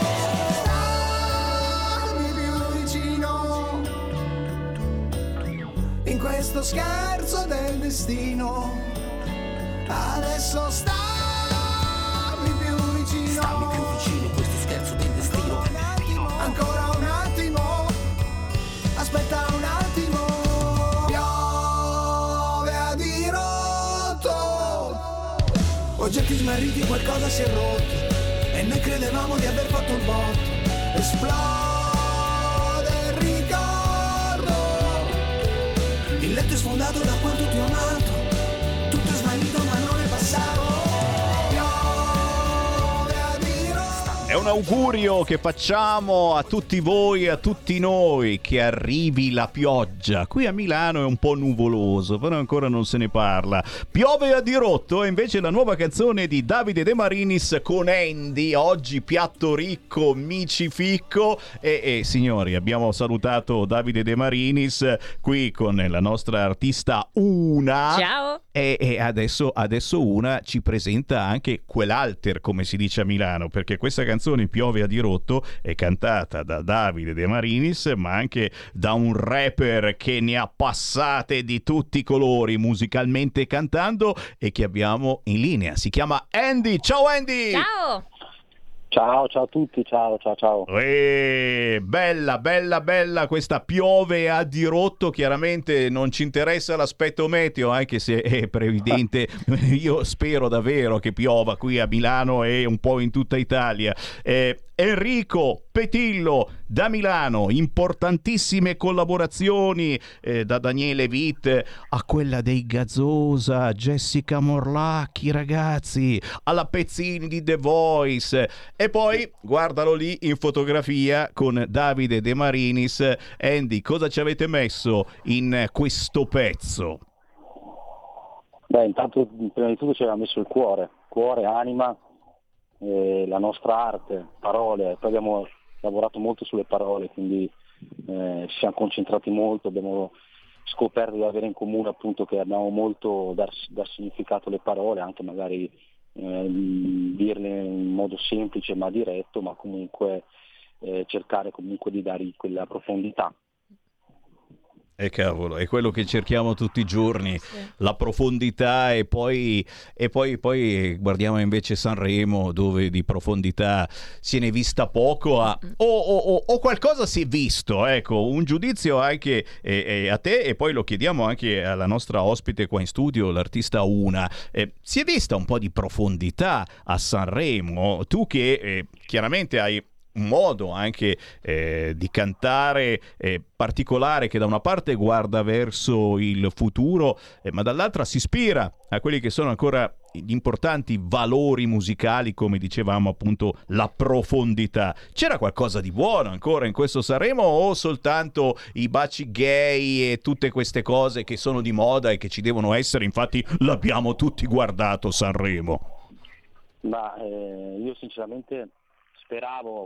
In questo scherzo del destino, adesso stammi più vicino. Stammi più vicino, questo oggetti smarriti qualcosa si è rotto e noi credevamo di aver fatto il botto. Esplode il ricordo, il letto è sfondato da quanto ti ho amato, tutto è svanito ma non è passato. È un augurio che facciamo a tutti voi e a tutti noi, che arrivi la pioggia. Qui a Milano è un po' nuvoloso, però ancora non se ne parla. Piove a dirotto, e invece la nuova canzone di Davide De Marinis con Andy, oggi piatto ricco, micificco. E signori, abbiamo salutato Davide De Marinis qui con la nostra artista Una. Ciao! E adesso Una ci presenta anche quell'alter, come si dice a Milano, perché questa canzone Piove a dirotto è cantata da Davide De Marinis, ma anche da un rapper che ne ha passate di tutti i colori musicalmente cantando e che abbiamo in linea. Si chiama Andy. Ciao Andy! Ciao! Ciao a tutti, ciao. Bella questa Piove a dirotto. Chiaramente non ci interessa l'aspetto meteo, anche se è previdente. Io spero davvero che piova qui a Milano e un po' in tutta Italia. Enrico Petillo da Milano, importantissime collaborazioni, da Daniele Witt a quella dei Gazzosa, Jessica Morlacchi, ragazzi, alla Pezzini di The Voice, e poi guardalo lì in fotografia con Davide De Marinis. Andy, cosa ci avete messo in questo pezzo? Beh, intanto prima di tutto ci aveva messo il cuore, anima, la nostra arte, parole. Poi abbiamo lavorato molto sulle parole, quindi ci siamo concentrati molto, abbiamo scoperto di avere in comune appunto che abbiamo molto dar significato alle parole, anche magari dirle in modo semplice ma diretto, ma comunque cercare comunque di dare quella profondità. Cavolo, è quello che cerchiamo tutti i giorni, sì. La profondità, e poi guardiamo invece Sanremo, dove di profondità se ne è vista poco, o qualcosa si è visto, ecco, un giudizio anche a te, e poi lo chiediamo anche alla nostra ospite qua in studio, l'artista Una. Si è vista un po' di profondità a Sanremo, tu che chiaramente hai un modo anche di cantare particolare, che da una parte guarda verso il futuro, ma dall'altra si ispira a quelli che sono ancora gli importanti valori musicali, come dicevamo appunto la profondità. C'era qualcosa di buono ancora in questo Sanremo, o soltanto i baci gay e tutte queste cose che sono di moda e che ci devono essere? Infatti l'abbiamo tutti guardato Sanremo. Ma io sinceramente speravo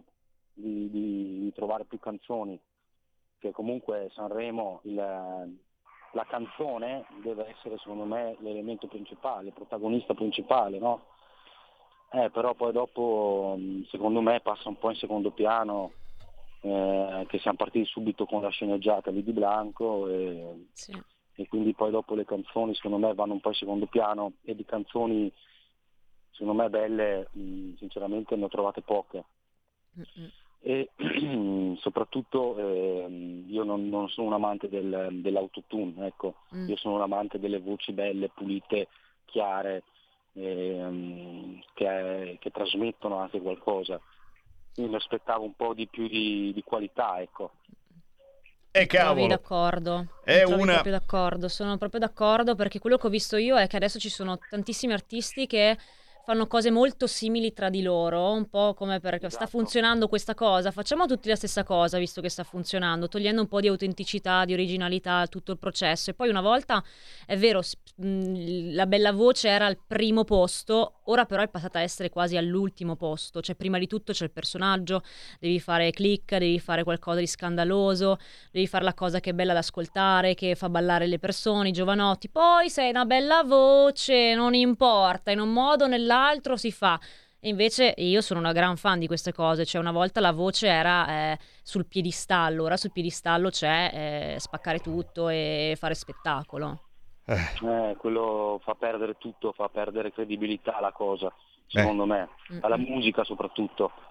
di trovare più canzoni, che comunque Sanremo la canzone deve essere secondo me l'elemento principale, il protagonista principale, no? Però poi dopo secondo me passa un po' in secondo piano, che siamo partiti subito con la sceneggiata lì di Blanco sì. E quindi poi dopo le canzoni secondo me vanno un po' in secondo piano, e di canzoni secondo me belle sinceramente ne ho trovate poche. E soprattutto io non sono un amante dell'autotune, ecco. Io sono un amante delle voci belle, pulite, chiare, che trasmettono anche qualcosa. Io mi aspettavo un po' di più di qualità, ecco. Trovi d'accordo? Proprio d'accordo. Sono proprio d'accordo, perché quello che ho visto io è che adesso ci sono tantissimi artisti che fanno cose molto simili tra di loro, un po' come perché sta funzionando questa cosa, facciamo tutti la stessa cosa visto che sta funzionando, togliendo un po' di autenticità, di originalità a tutto il processo. E poi una volta, è vero, la bella voce era al primo posto, ora però è passata a essere quasi all'ultimo posto, cioè prima di tutto c'è il personaggio, devi fare click, devi fare qualcosa di scandaloso, devi fare la cosa che è bella da ascoltare, che fa ballare le persone, i giovanotti, poi sei una bella voce, non importa, in un modo o nell'altro si fa. E invece io sono una gran fan di queste cose, cioè una volta la voce era sul piedistallo, ora sul piedistallo c'è spaccare tutto e fare spettacolo. Quello fa perdere tutto, fa perdere credibilità alla cosa, secondo me, alla musica soprattutto.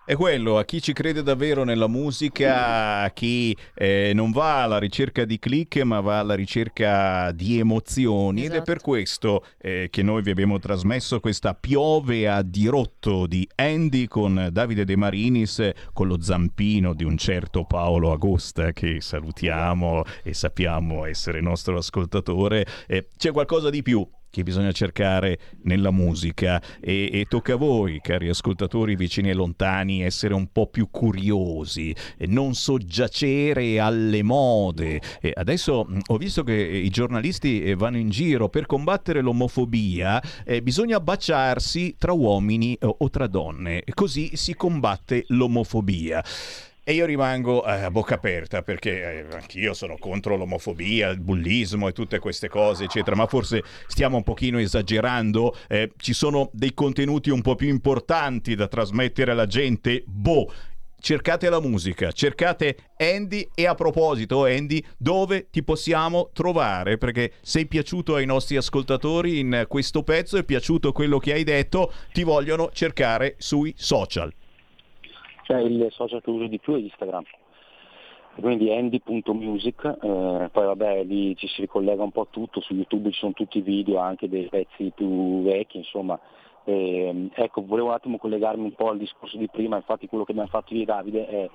È quello, a chi ci crede davvero nella musica, a chi non va alla ricerca di click ma va alla ricerca di emozioni. Ed è per questo che noi vi abbiamo trasmesso questa Piove a dirotto di Andy con Davide De Marinis, con lo zampino di un certo Paolo Agosta, che salutiamo e sappiamo essere nostro ascoltatore. C'è qualcosa di più che bisogna cercare nella musica e tocca a voi, cari ascoltatori vicini e lontani, essere un po' più curiosi e non soggiacere alle mode. E adesso ho visto che i giornalisti vanno in giro per combattere l'omofobia, bisogna baciarsi tra uomini o tra donne, così si combatte l'omofobia. E io rimango a bocca aperta, perché anch'io sono contro l'omofobia, il bullismo e tutte queste cose, eccetera, ma forse stiamo un pochino esagerando. Ci sono dei contenuti un po' più importanti da trasmettere alla gente. Cercate la musica, cercate Andy. E a proposito, Andy, dove ti possiamo trovare? Perché sei piaciuto ai nostri ascoltatori in questo pezzo, è piaciuto quello che hai detto, ti vogliono cercare sui social. Cioè il social che uso di più è Instagram, quindi andy.music, poi vabbè lì ci si ricollega un po' a tutto, su YouTube ci sono tutti i video anche dei pezzi più vecchi, insomma. Ecco, volevo un attimo collegarmi un po' al discorso di prima, infatti quello che abbiamo fatto io e Davide è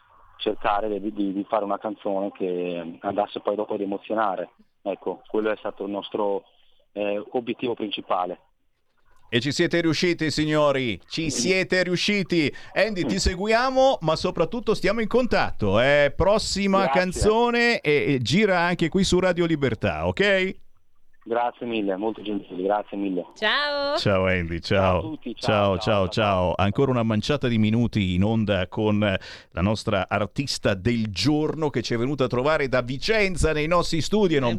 cercare di fare una canzone che andasse poi dopo ad emozionare, ecco, quello è stato il nostro obiettivo principale. E ci siete riusciti, signori, ci siete riusciti. Andy, ti seguiamo, ma soprattutto stiamo in contatto. Prossima Grazie. Canzone e gira anche qui su Radio Libertà, ok? Grazie mille, molto gentili, grazie mille. Ciao. Ciao Andy, ciao. Ciao a tutti, Ciao. Ancora una manciata di minuti in onda con la nostra artista del giorno che ci è venuta a trovare da Vicenza nei nostri studi e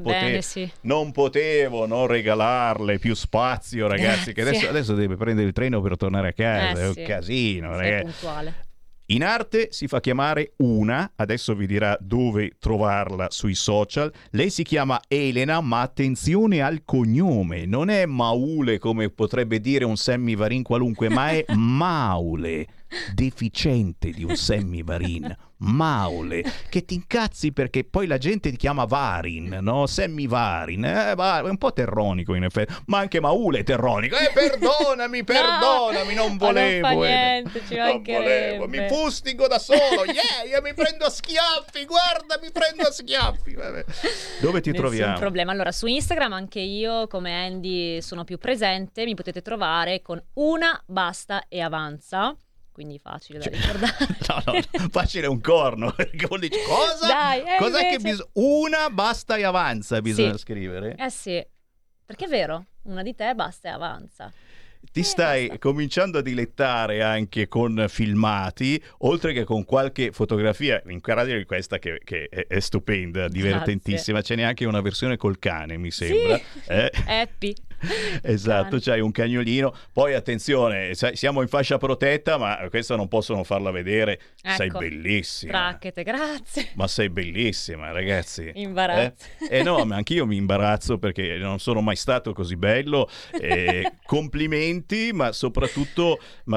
non potevo non regalarle più spazio, ragazzi, che adesso deve prendere il treno per tornare a casa, è un casino, sei ragazzi. puntuale. In arte si fa chiamare Una, adesso vi dirà dove trovarla sui social. Lei si chiama Elena, ma attenzione al cognome, non è Maule come potrebbe dire un Sammy Varin qualunque, ma è Maule, deficiente di un Sammy Varin. Maule, che ti incazzi perché poi la gente ti chiama Varin, no? Sammy Varin, è un po' terronico in effetti, ma anche Maule è terronico. Perdonami, non volevo. Non fa niente, ci mancherebbe. Mi fustigo da solo, io mi prendo a schiaffi, guarda, mi prendo a schiaffi. Vabbè. Dove ti troviamo? Nessun problema. Allora, su Instagram anche io, come Andy, sono più presente, mi potete trovare con Una, Basta e Avanza. Quindi facile da ricordare. No, facile è un corno. Cosa? Dai, cos'è invece... che bisogna? Una, basta e avanza bisogna scrivere? Sì, perché è vero, una di te basta e avanza. Ti stai cominciando a dilettare anche con filmati, oltre che con qualche fotografia, in radio di questa che è stupenda, divertentissima. C'è neanche una versione col cane, mi sembra. Sì. Happy. Esatto, c'hai un cagnolino. Poi attenzione, siamo in fascia protetta, ma questa non possono farla vedere. Ecco, sei bellissima. Tracchete, grazie. Ma sei bellissima, ragazzi. Imbarazzo. No, ma anch'io mi imbarazzo perché non sono mai stato così bello. Complimenti, ma soprattutto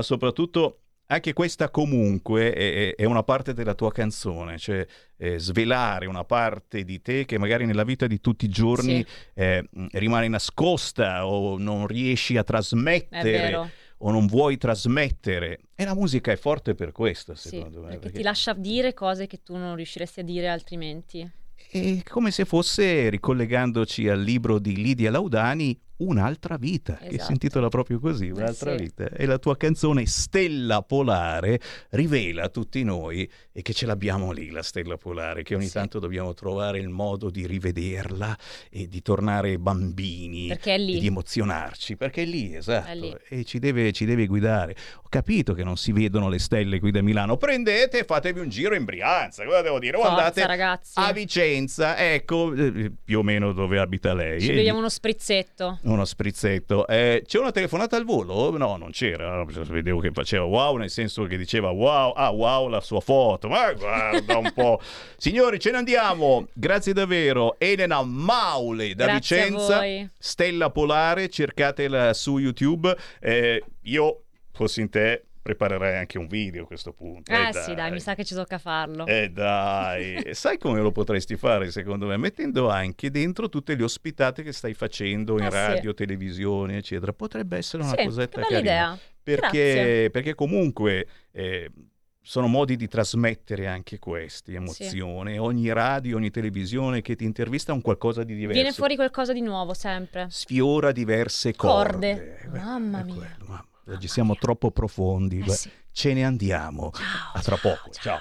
anche questa comunque è una parte della tua canzone, cioè svelare una parte di te che magari nella vita di tutti i giorni rimane nascosta o non riesci a trasmettere o non vuoi trasmettere. E la musica è forte per questo, secondo me. Perché ti lascia dire cose che tu non riusciresti a dire altrimenti. È come se fosse, ricollegandoci al libro di Lidia Laudani, Un'altra vita, che si intitola proprio così, Un'altra vita. E la tua canzone Stella Polare rivela a tutti noi e che ce l'abbiamo lì, la stella polare, che ogni tanto dobbiamo trovare il modo di rivederla e di tornare bambini, perché è lì. E di emozionarci, perché è lì, esatto, è lì. E ci deve guidare. Ho capito che non si vedono le stelle qui da Milano, prendete e fatevi un giro in Brianza, cosa devo dire? O andate ragazzi. a Vicenza, ecco, più o meno dove abita lei. Ci beviamo uno sprizzetto. Uno sprizzetto. C'è una telefonata al volo? No, non c'era. Vedevo che faceva wow, nel senso che diceva wow, wow la sua foto. Ma guarda un po'. Signori, ce ne andiamo. Grazie davvero. Elena Maule da Grazie Vicenza. A voi. Stella Polare, cercatela su YouTube. Io, fossi in te, preparerei anche un video a questo punto. Sì, dai, mi sa che ci tocca farlo. Dai, sai come lo potresti fare secondo me? Mettendo anche dentro tutte le ospitate che stai facendo in radio, televisione, eccetera. Potrebbe essere una cosetta che bella carina. idea. Perché comunque sono modi di trasmettere anche queste emozioni. Ogni radio, ogni televisione che ti intervista ha un qualcosa di diverso. Viene fuori qualcosa di nuovo sempre. Sfiora diverse corde. Mamma mia. Oggi siamo troppo profondi. Sì. Ce ne andiamo. A tra poco. Ciao.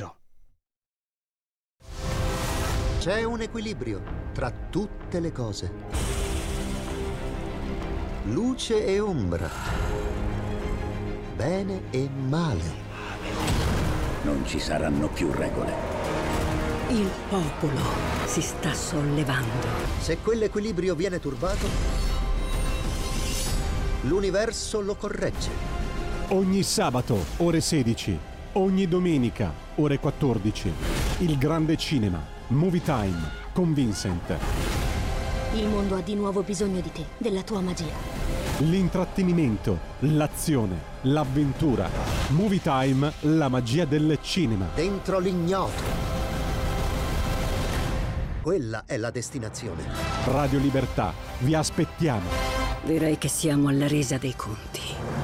C'è un equilibrio tra tutte le cose. Luce e ombra. Bene e male. Non ci saranno più regole. Il popolo si sta sollevando. Se quell'equilibrio viene turbato, l'universo lo corregge. Ogni sabato, ore 16. Ogni domenica, ore 14. Il grande cinema. Movie Time con Vincent. Il mondo ha di nuovo bisogno di te, della tua magia. L'intrattenimento, l'azione, l'avventura. Movie Time, la magia del cinema. Dentro l'ignoto. Quella è la destinazione. Radio Libertà, vi aspettiamo. Direi che siamo alla resa dei conti.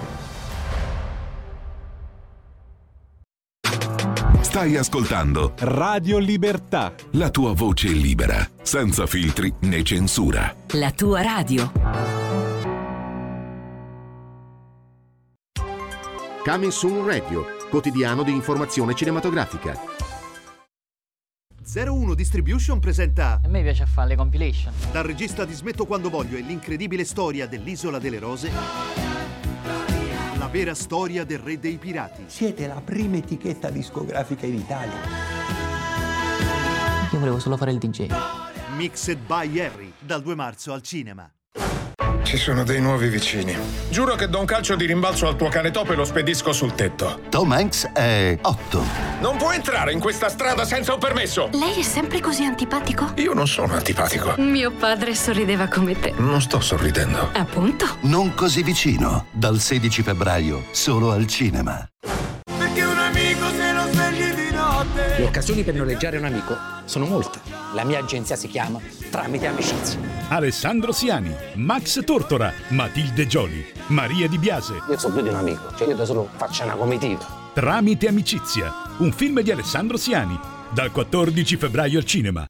Stai ascoltando Radio Libertà. La tua voce libera, senza filtri né censura. La tua radio. Coming Soon Radio, quotidiano di informazione cinematografica. 01 Distribution presenta... A me piace fare le compilation. Dal regista di Smetto quando voglio e l'incredibile storia dell'Isola delle Rose, la vera storia del re dei pirati. Siete la prima etichetta discografica in Italia. Io volevo solo fare il DJ. Mixed by Harry, dal 2 marzo al cinema. Ci sono dei nuovi vicini. Giuro che do un calcio di rimbalzo al tuo cane topo e lo spedisco sul tetto. Tom Hanks è 8. Non può entrare in questa strada senza un permesso. Lei è sempre così antipatico? Io non sono antipatico. Mio padre sorrideva come te. Non sto sorridendo. Appunto. Non così vicino, dal 16 febbraio, solo al cinema. Perché un amico se lo svegli di notte. Le occasioni per noleggiare un amico sono molte. La mia agenzia si chiama Tramite Amicizia. Alessandro Siani, Max Tortora, Matilde Gioli, Maria Di Biase. Io sono più di un amico, cioè io da solo faccio una comitiva. Tramite Amicizia, un film di Alessandro Siani, dal 14 febbraio al cinema.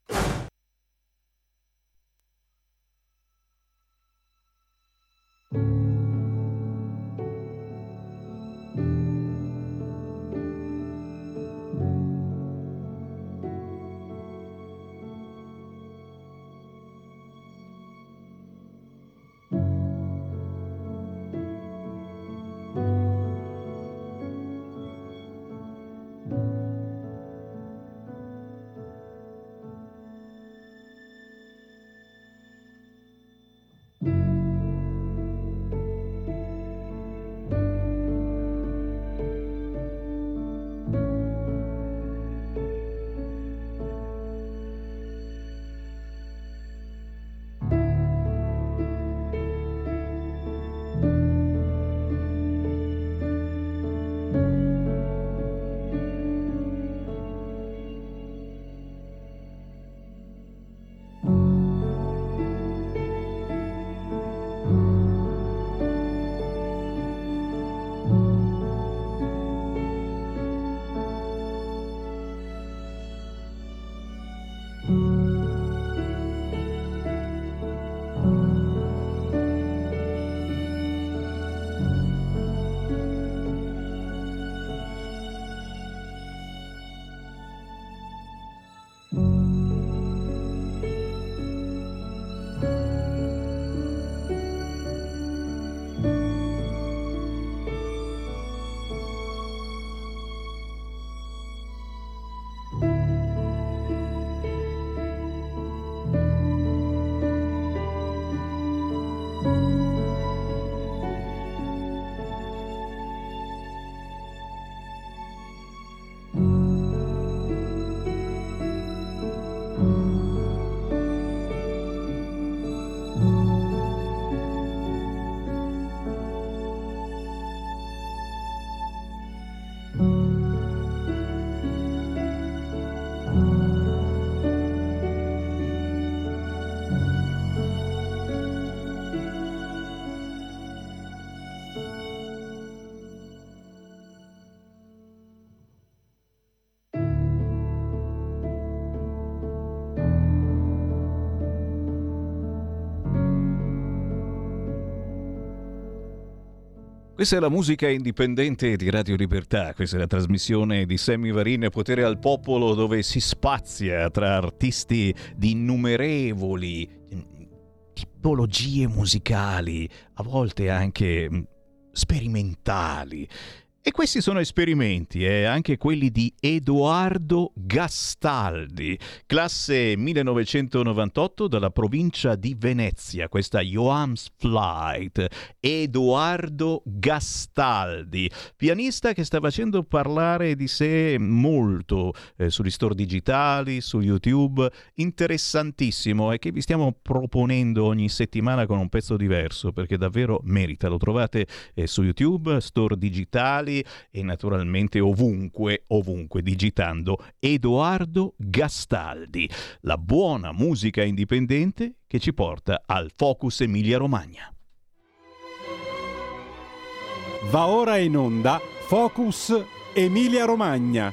Questa è la musica indipendente di Radio Libertà, questa è la trasmissione di Sammy Varin, Potere al Popolo, dove si spazia tra artisti di innumerevoli tipologie musicali, a volte anche sperimentali. E questi sono esperimenti, anche quelli di Edoardo Gastaldi, classe 1998 dalla provincia di Venezia, questa Johannes Flight. Edoardo Gastaldi, pianista che sta facendo parlare di sé molto sugli store digitali, su YouTube, interessantissimo, e che vi stiamo proponendo ogni settimana con un pezzo diverso, perché davvero merita. Lo trovate su YouTube, store digitali, e naturalmente ovunque digitando Edoardo Gastaldi, la buona musica indipendente che ci porta al Focus Emilia Romagna. Va ora in onda Focus Emilia Romagna.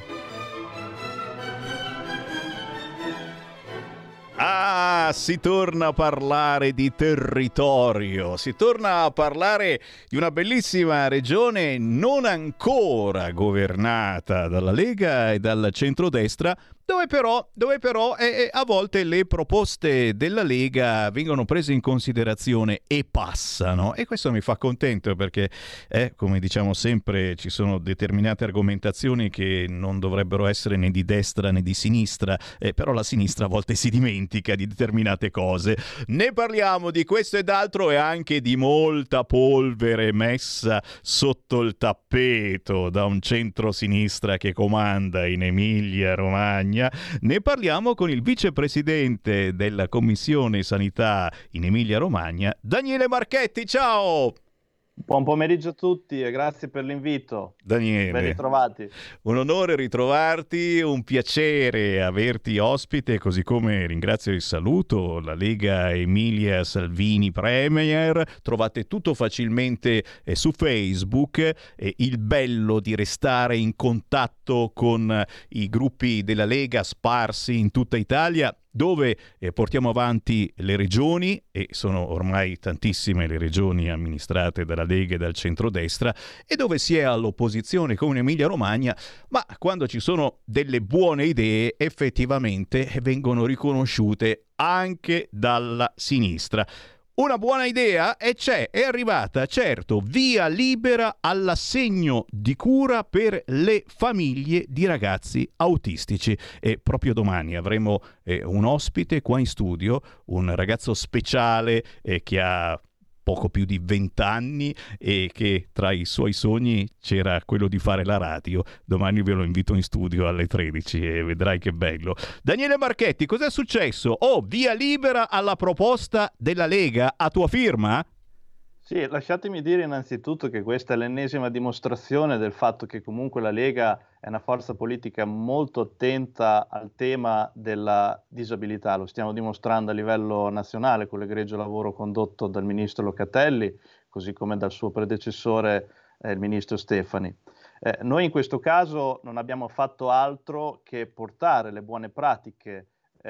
Ah, si torna a parlare di territorio, si torna a parlare di una bellissima regione non ancora governata dalla Lega e dal centrodestra, dove però a volte le proposte della Lega vengono prese in considerazione e passano, e questo mi fa contento, perché come diciamo sempre, ci sono determinate argomentazioni che non dovrebbero essere né di destra né di sinistra, però la sinistra a volte si dimentica di determinate cose. Ne parliamo di questo ed altro, e anche di molta polvere messa sotto il tappeto da un centro-sinistra che comanda in Emilia Romagna. Ne parliamo con il vicepresidente della Commissione Sanità in Emilia Romagna, Daniele Marchetti. Ciao! Buon pomeriggio a tutti e grazie per l'invito. Daniele, ben ritrovati. Un onore ritrovarti, un piacere averti ospite, così come ringrazio e saluto la Lega Emilia Salvini Premier. Trovate tutto facilmente su Facebook, il bello di restare in contatto con i gruppi della Lega sparsi in tutta Italia, dove portiamo avanti le regioni, e sono ormai tantissime le regioni amministrate dalla Lega e dal centrodestra, e dove si è all'opposizione come in Emilia Romagna, ma quando ci sono delle buone idee effettivamente vengono riconosciute anche dalla sinistra. Una buona idea è arrivata, certo, via libera all'assegno di cura per le famiglie di ragazzi autistici. E proprio domani avremo un ospite qua in studio, un ragazzo speciale che ha poco più di 20 anni e che tra i suoi sogni c'era quello di fare la radio. Domani ve lo invito in studio alle 13 e vedrai che bello. Daniele Marchetti, cos'è successo? Via libera alla proposta della Lega a tua firma? Sì, lasciatemi dire innanzitutto che questa è l'ennesima dimostrazione del fatto che comunque la Lega è una forza politica molto attenta al tema della disabilità. Lo stiamo dimostrando a livello nazionale con l'egregio lavoro condotto dal ministro Locatelli, così come dal suo predecessore, il ministro Stefani. Noi in questo caso non abbiamo fatto altro che portare le buone pratiche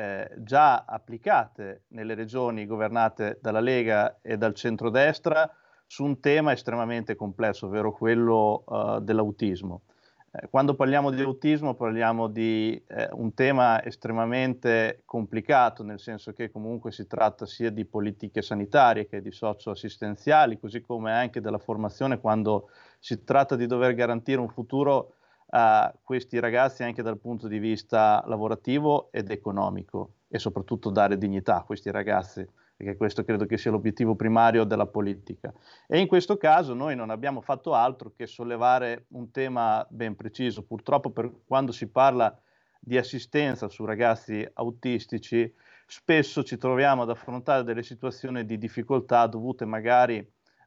già applicate nelle regioni governate dalla Lega e dal centrodestra su un tema estremamente complesso, ovvero quello dell'autismo. Quando parliamo di autismo parliamo di un tema estremamente complicato, nel senso che comunque si tratta sia di politiche sanitarie che di socioassistenziali, così come anche della formazione, quando si tratta di dover garantire un futuro a questi ragazzi anche dal punto di vista lavorativo ed economico, e soprattutto dare dignità a questi ragazzi, perché questo credo che sia l'obiettivo primario della politica. E in questo caso noi non abbiamo fatto altro che sollevare un tema ben preciso. Purtroppo quando si parla di assistenza su ragazzi autistici, spesso ci troviamo ad affrontare delle situazioni di difficoltà dovute magari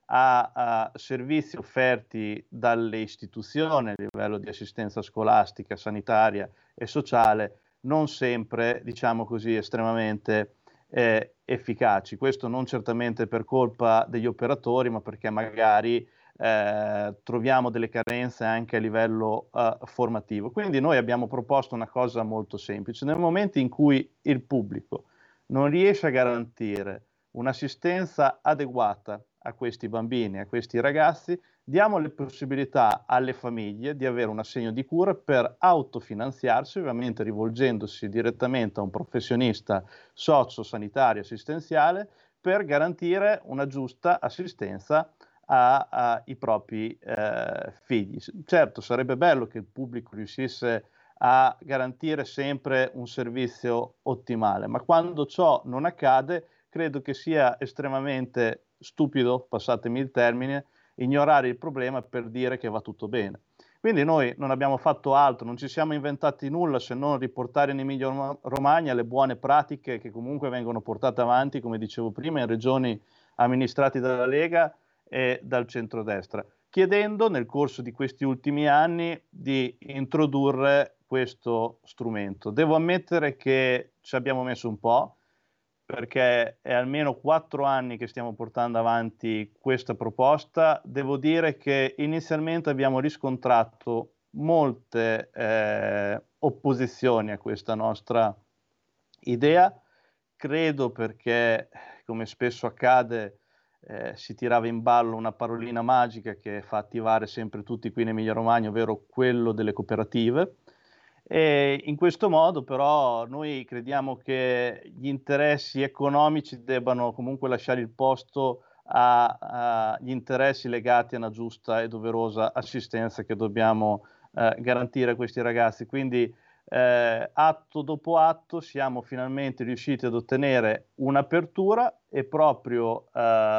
a servizi offerti dalle istituzioni a livello di assistenza scolastica, sanitaria e sociale, non sempre, diciamo così, estremamente efficaci. Questo non certamente per colpa degli operatori, ma perché magari troviamo delle carenze anche a livello formativo. Quindi noi abbiamo proposto una cosa molto semplice: nel momento in cui il pubblico non riesce a garantire un'assistenza adeguata a questi bambini, a questi ragazzi, diamo le possibilità alle famiglie di avere un assegno di cura per autofinanziarsi, ovviamente rivolgendosi direttamente a un professionista socio-sanitario assistenziale per garantire una giusta assistenza ai propri figli. Certo, sarebbe bello che il pubblico riuscisse a garantire sempre un servizio ottimale, ma quando ciò non accade, credo che sia estremamente stupido, passatemi il termine, ignorare il problema per dire che va tutto bene. Quindi noi non abbiamo fatto altro, non ci siamo inventati nulla se non riportare in Emilia-Romagna le buone pratiche che comunque vengono portate avanti, come dicevo prima, in regioni amministrate dalla Lega e dal centrodestra, chiedendo nel corso di questi ultimi anni di introdurre questo strumento. Devo ammettere che ci abbiamo messo un po', perché è almeno 4 anni che stiamo portando avanti questa proposta. Devo dire che inizialmente abbiamo riscontrato molte opposizioni a questa nostra idea, credo perché, come spesso accade, si tirava in ballo una parolina magica che fa attivare sempre tutti qui in Emilia-Romagna, ovvero quello delle cooperative. E in questo modo però noi crediamo che gli interessi economici debbano comunque lasciare il posto agli interessi legati a una giusta e doverosa assistenza che dobbiamo garantire a questi ragazzi. Quindi atto dopo atto siamo finalmente riusciti ad ottenere un'apertura e proprio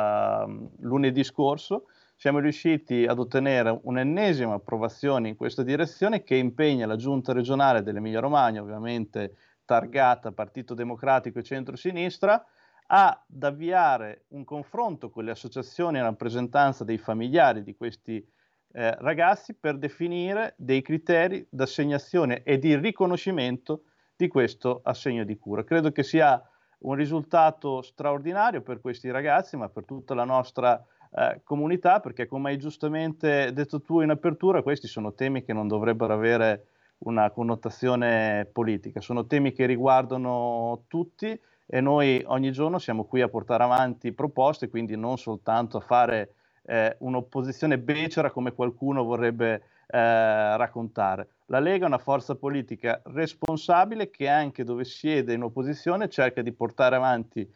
lunedì scorso siamo riusciti ad ottenere un'ennesima approvazione in questa direzione che impegna la Giunta regionale dell'Emilia-Romagna, ovviamente targata Partito Democratico e Centrosinistra, ad avviare un confronto con le associazioni in rappresentanza dei familiari di questi ragazzi per definire dei criteri d'assegnazione e di riconoscimento di questo assegno di cura. Credo che sia un risultato straordinario per questi ragazzi, ma per tutta la nostra comunità, perché come hai giustamente detto tu in apertura, questi sono temi che non dovrebbero avere una connotazione politica, sono temi che riguardano tutti e noi ogni giorno siamo qui a portare avanti proposte, quindi non soltanto a fare un'opposizione becera come qualcuno vorrebbe raccontare. La Lega è una forza politica responsabile che anche dove siede in opposizione cerca di portare avanti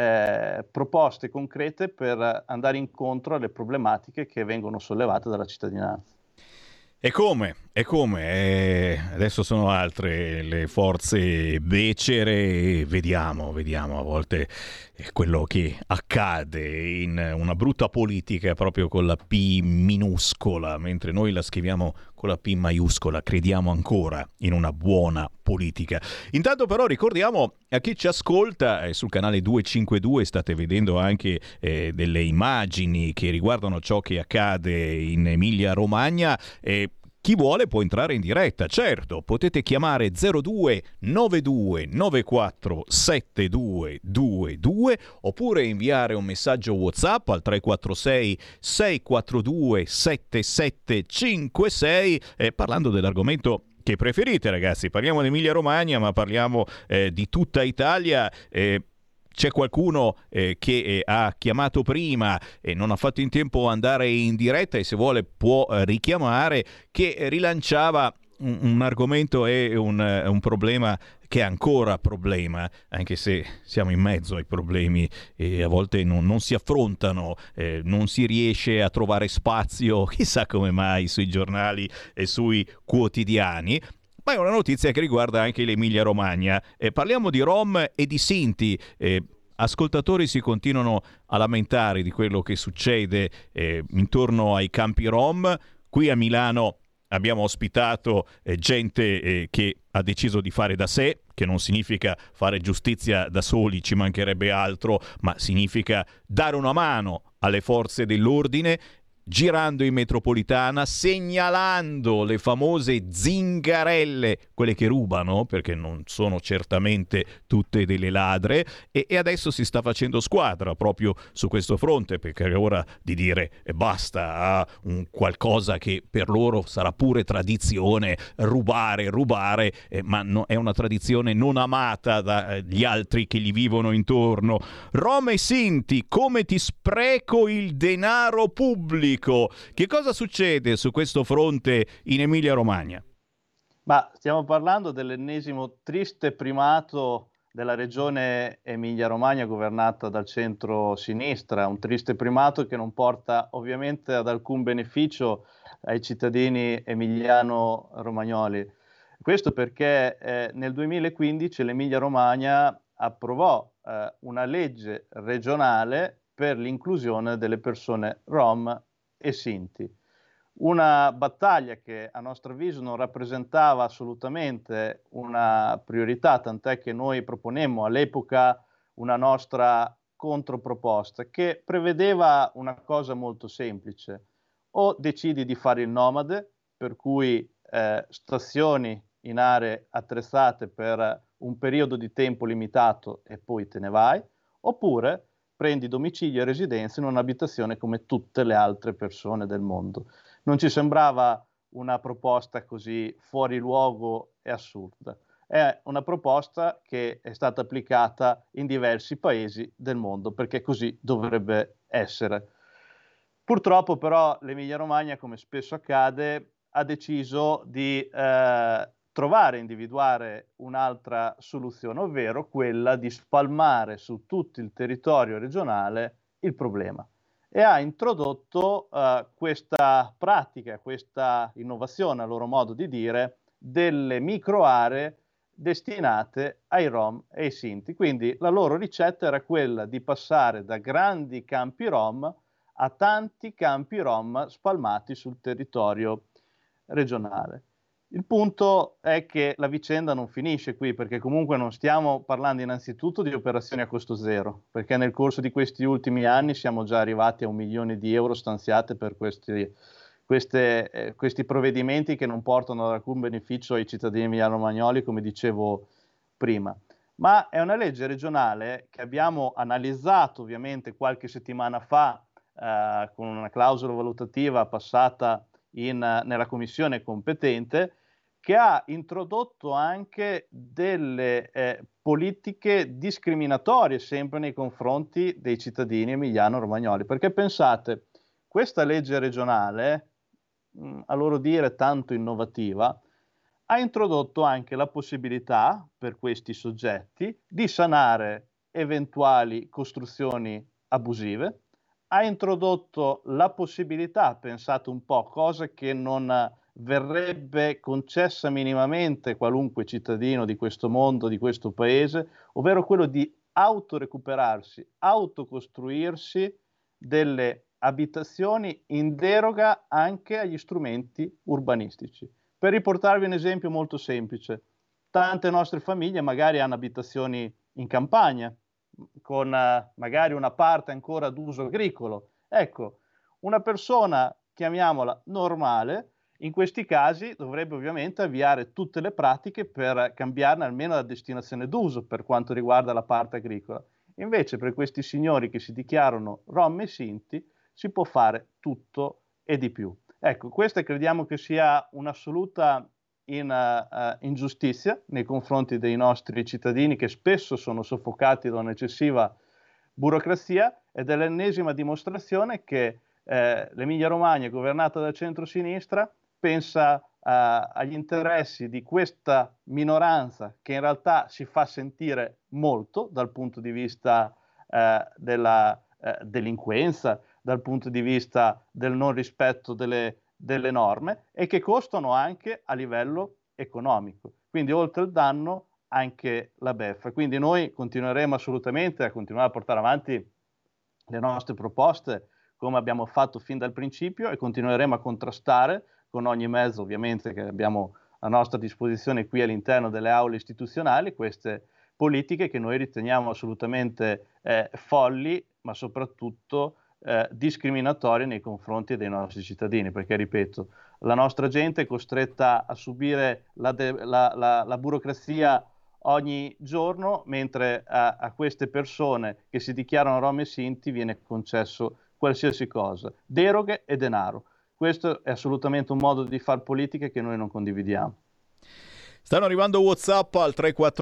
proposte concrete per andare incontro alle problematiche che vengono sollevate dalla cittadinanza. E come? Adesso sono altre le forze becere, vediamo a volte quello che accade in una brutta politica proprio con la P minuscola, mentre noi la scriviamo con la P maiuscola, crediamo ancora in una buona politica. Intanto però ricordiamo a chi ci ascolta, sul canale 252 state vedendo anche delle immagini che riguardano ciò che accade in Emilia-Romagna. Chi vuole può entrare in diretta, certo, potete chiamare 02 92 94 7222 oppure inviare un messaggio WhatsApp al 346 642 7756 parlando dell'argomento che preferite, ragazzi. Parliamo di Emilia-Romagna, ma parliamo di tutta Italia. C'è qualcuno che ha chiamato prima e non ha fatto in tempo andare in diretta e se vuole può richiamare, che rilanciava un argomento e un problema che è ancora problema, anche se siamo in mezzo ai problemi e a volte non si affrontano, non si riesce a trovare spazio, chissà come mai, sui giornali e sui quotidiani. Ma è una notizia che riguarda anche l'Emilia Romagna. Parliamo di Rom e di Sinti. Ascoltatori si continuano a lamentare di quello che succede intorno ai campi Rom. Qui a Milano abbiamo ospitato gente che ha deciso di fare da sé, che non significa fare giustizia da soli, ci mancherebbe altro, ma significa dare una mano alle forze dell'ordine. girando in metropolitana, segnalando le famose zingarelle, quelle che rubano, perché non sono certamente tutte delle ladre, e adesso si sta facendo squadra proprio su questo fronte, perché è ora di dire basta a un qualcosa che per loro sarà pure tradizione, rubare, ma è una tradizione non amata dagli altri che gli vivono intorno. Rom e Sinti, come ti spreco il denaro pubblico? Che cosa succede su questo fronte in Emilia-Romagna? Ma stiamo parlando dell'ennesimo triste primato della regione Emilia-Romagna governata dal centro-sinistra, un triste primato che non porta ovviamente ad alcun beneficio ai cittadini emiliano-romagnoli. Questo perché nel 2015 l'Emilia-Romagna approvò una legge regionale per l'inclusione delle persone Rom e Sinti. Una battaglia che a nostro avviso non rappresentava assolutamente una priorità, tant'è che noi proponemmo all'epoca una nostra controproposta che prevedeva una cosa molto semplice: o decidi di fare il nomade, per cui stazioni in aree attrezzate per un periodo di tempo limitato e poi te ne vai, oppure prendi domicilio e residenza in un'abitazione come tutte le altre persone del mondo. Non ci sembrava una proposta così fuori luogo e assurda. È una proposta che è stata applicata in diversi paesi del mondo, perché così dovrebbe essere. Purtroppo però l'Emilia-Romagna, come spesso accade, ha deciso di individuare un'altra soluzione, ovvero quella di spalmare su tutto il territorio regionale il problema, e ha introdotto questa pratica, questa innovazione, a loro modo di dire, delle microaree destinate ai Rom e ai Sinti. Quindi la loro ricetta era quella di passare da grandi campi Rom a tanti campi Rom spalmati sul territorio regionale. Il punto è che la vicenda non finisce qui, perché comunque non stiamo parlando innanzitutto di operazioni a costo zero, perché nel corso di questi ultimi anni siamo già arrivati a 1 milione di euro stanziate per questi provvedimenti che non portano ad alcun beneficio ai cittadini emiliano-romagnoli, come dicevo prima. Ma è una legge regionale che abbiamo analizzato ovviamente qualche settimana fa con una clausola valutativa passata nella commissione competente, che ha introdotto anche delle politiche discriminatorie sempre nei confronti dei cittadini emiliano-romagnoli. Perché pensate, questa legge regionale, a loro dire tanto innovativa, ha introdotto anche la possibilità per questi soggetti di sanare eventuali costruzioni abusive, ha introdotto la possibilità, pensate un po', cosa che non verrebbe concessa minimamente qualunque cittadino di questo mondo, di questo paese, ovvero quello di autorecuperarsi, autocostruirsi delle abitazioni in deroga anche agli strumenti urbanistici. Per riportarvi un esempio molto semplice, tante nostre famiglie magari hanno abitazioni in campagna, con magari una parte ancora d'uso agricolo. Ecco, una persona, chiamiamola normale, in questi casi dovrebbe ovviamente avviare tutte le pratiche per cambiarne almeno la destinazione d'uso per quanto riguarda la parte agricola. Invece per questi signori che si dichiarano Rom e Sinti si può fare tutto e di più. Ecco, questa crediamo che sia un'assoluta ingiustizia nei confronti dei nostri cittadini, che spesso sono soffocati da un'eccessiva burocrazia, ed è l'ennesima dimostrazione che l'Emilia-Romagna, governata dal centro-sinistra, pensa agli interessi di questa minoranza che in realtà si fa sentire molto dal punto di vista della delinquenza, dal punto di vista del non rispetto delle norme, e che costano anche a livello economico. Quindi oltre al danno anche la beffa. Quindi noi continueremo assolutamente a continuare a portare avanti le nostre proposte come abbiamo fatto fin dal principio, e continueremo a contrastare con ogni mezzo ovviamente che abbiamo a nostra disposizione qui all'interno delle aule istituzionali queste politiche che noi riteniamo assolutamente folli, ma soprattutto discriminatorie nei confronti dei nostri cittadini, perché ripeto, la nostra gente è costretta a subire la burocrazia ogni giorno, mentre a queste persone che si dichiarano rom e sinti viene concesso qualsiasi cosa, deroghe e denaro. Questo è assolutamente un modo di far politica che noi non condividiamo. Stanno arrivando WhatsApp al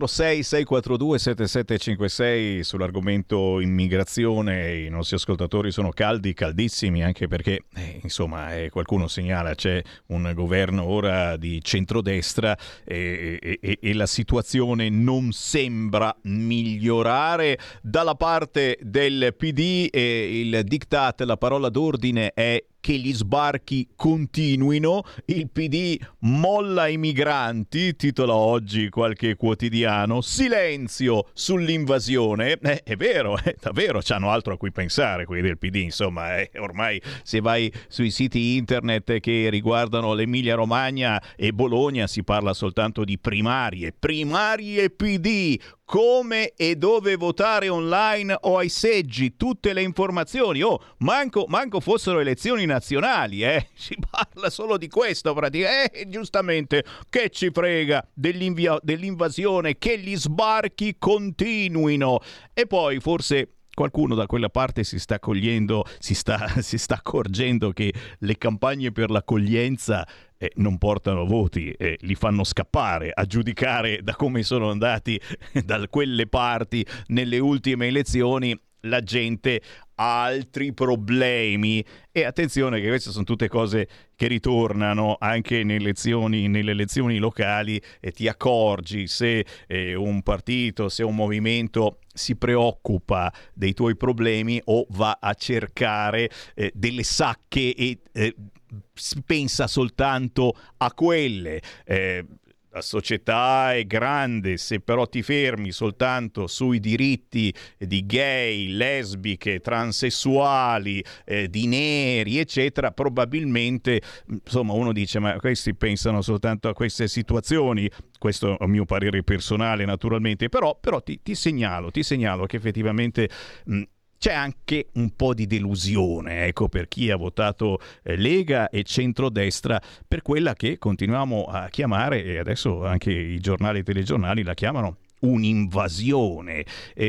346-642-7756 sull'argomento immigrazione. I nostri ascoltatori sono caldissimi, anche perché qualcuno segnala c'è un governo ora di centrodestra e la situazione non sembra migliorare. Dalla parte del PD il diktat, la parola d'ordine è che gli sbarchi continuino. Il PD molla i migranti, titola oggi qualche quotidiano. Silenzio sull'invasione. È vero, davvero c'hanno altro a cui pensare quelli del PD, insomma. Ormai se vai sui siti internet che riguardano l'Emilia Romagna e Bologna si parla soltanto di primarie PD. Come e dove votare online o ai seggi, tutte le informazioni. Manco fossero elezioni nazionali, si parla solo di questo praticamente. Giustamente, che ci frega dell'invasione, che gli sbarchi continuino. E poi forse qualcuno da quella parte si sta accorgendo che le campagne per l'accoglienza non portano voti, li fanno scappare, a giudicare da come sono andati da quelle parti nelle ultime elezioni. La gente ha altri problemi, e attenzione che queste sono tutte cose che ritornano anche nelle elezioni locali, e ti accorgi se un partito, se un movimento si preoccupa dei tuoi problemi o va a cercare delle sacche e si pensa soltanto a quelle. La società è grande, se però ti fermi soltanto sui diritti di gay, lesbiche, transessuali, di neri, eccetera, probabilmente, uno dice, ma questi pensano soltanto a queste situazioni. Questo è un mio parere personale, naturalmente, però ti segnalo che effettivamente c'è anche un po' di delusione, per chi ha votato Lega e centrodestra, per quella che continuiamo a chiamare, e adesso anche i giornali e i telegiornali la chiamano, un'invasione.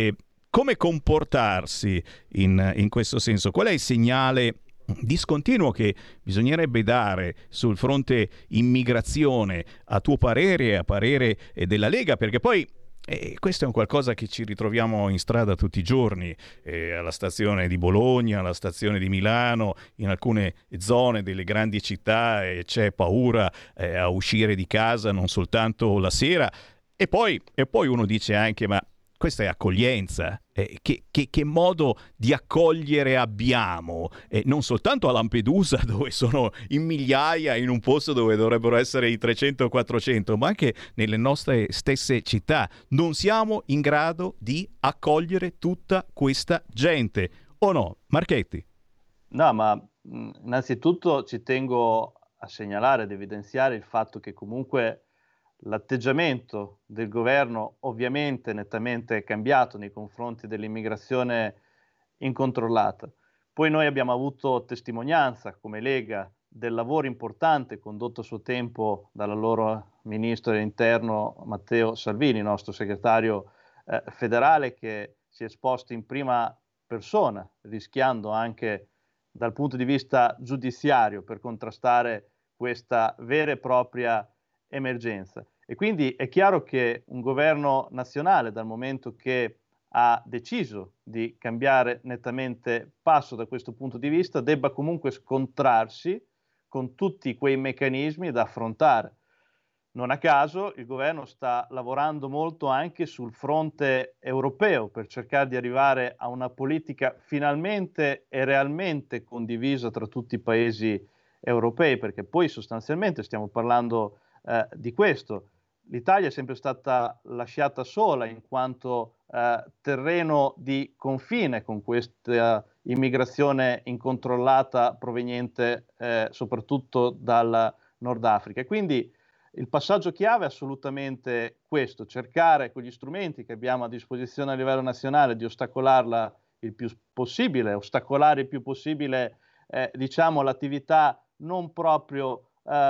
Come comportarsi in questo senso? Qual è il segnale discontinuo che bisognerebbe dare sul fronte immigrazione, a tuo parere e a parere della Lega? Perché poi questo è un qualcosa che ci ritroviamo in strada tutti i giorni, alla stazione di Bologna, alla stazione di Milano, in alcune zone delle grandi città, c'è paura a uscire di casa, non soltanto la sera. E poi uno dice anche, ma questa è accoglienza, che modo di accogliere abbiamo? Non soltanto a Lampedusa, dove sono in migliaia, in un posto dove dovrebbero essere i 300-400, ma anche nelle nostre stesse città. Non siamo in grado di accogliere tutta questa gente, o no? Marchetti? No, ma innanzitutto ci tengo a segnalare ed evidenziare il fatto che comunque l'atteggiamento del governo ovviamente nettamente è cambiato nei confronti dell'immigrazione incontrollata. Poi noi abbiamo avuto testimonianza come Lega del lavoro importante condotto a suo tempo dal loro ministro dell'interno Matteo Salvini, nostro segretario federale, che si è esposto in prima persona, rischiando anche dal punto di vista giudiziario per contrastare questa vera e propria emergenza. E quindi è chiaro che un governo nazionale, dal momento che ha deciso di cambiare nettamente passo da questo punto di vista, debba comunque scontrarsi con tutti quei meccanismi da affrontare. Non a caso il governo sta lavorando molto anche sul fronte europeo per cercare di arrivare a una politica finalmente e realmente condivisa tra tutti i paesi europei, perché poi sostanzialmente stiamo parlando di questo. L'Italia è sempre stata lasciata sola in quanto terreno di confine con questa immigrazione incontrollata proveniente soprattutto dal Nord Africa. Quindi il passaggio chiave è assolutamente questo: cercare con gli strumenti che abbiamo a disposizione a livello nazionale di ostacolarla il più possibile, ostacolare il più possibile diciamo l'attività non proprio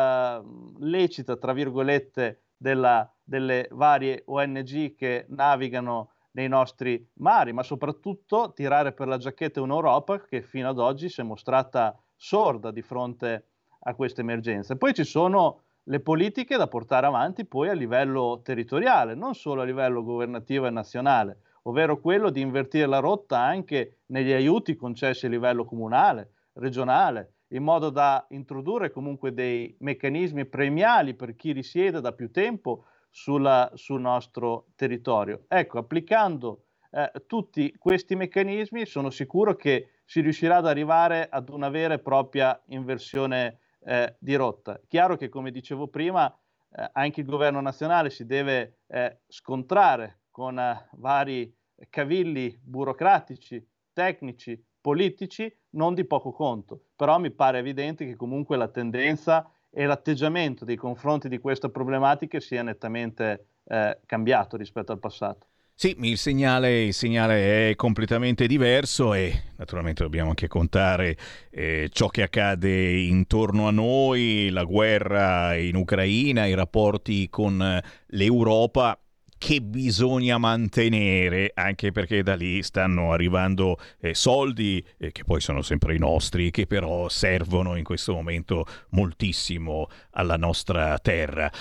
lecita, tra virgolette, delle varie ONG che navigano nei nostri mari, ma soprattutto tirare per la giacchetta un'Europa che fino ad oggi si è mostrata sorda di fronte a questa emergenza. Poi ci sono le politiche da portare avanti poi a livello territoriale, non solo a livello governativo e nazionale, ovvero quello di invertire la rotta anche negli aiuti concessi a livello comunale, regionale, in modo da introdurre comunque dei meccanismi premiali per chi risiede da più tempo sul nostro territorio. Ecco, applicando tutti questi meccanismi sono sicuro che si riuscirà ad arrivare ad una vera e propria inversione di rotta. Chiaro che, come dicevo prima, anche il governo nazionale si deve scontrare con vari cavilli burocratici, tecnici, politici, non di poco conto. Però mi pare evidente che comunque la tendenza e l'atteggiamento nei confronti di questa problematica sia nettamente cambiato rispetto al passato. Sì, il segnale è completamente diverso e naturalmente dobbiamo anche contare ciò che accade intorno a noi, la guerra in Ucraina, i rapporti con l'Europa che bisogna mantenere, anche perché da lì stanno arrivando soldi che poi sono sempre i nostri, che però servono in questo momento moltissimo alla nostra terra.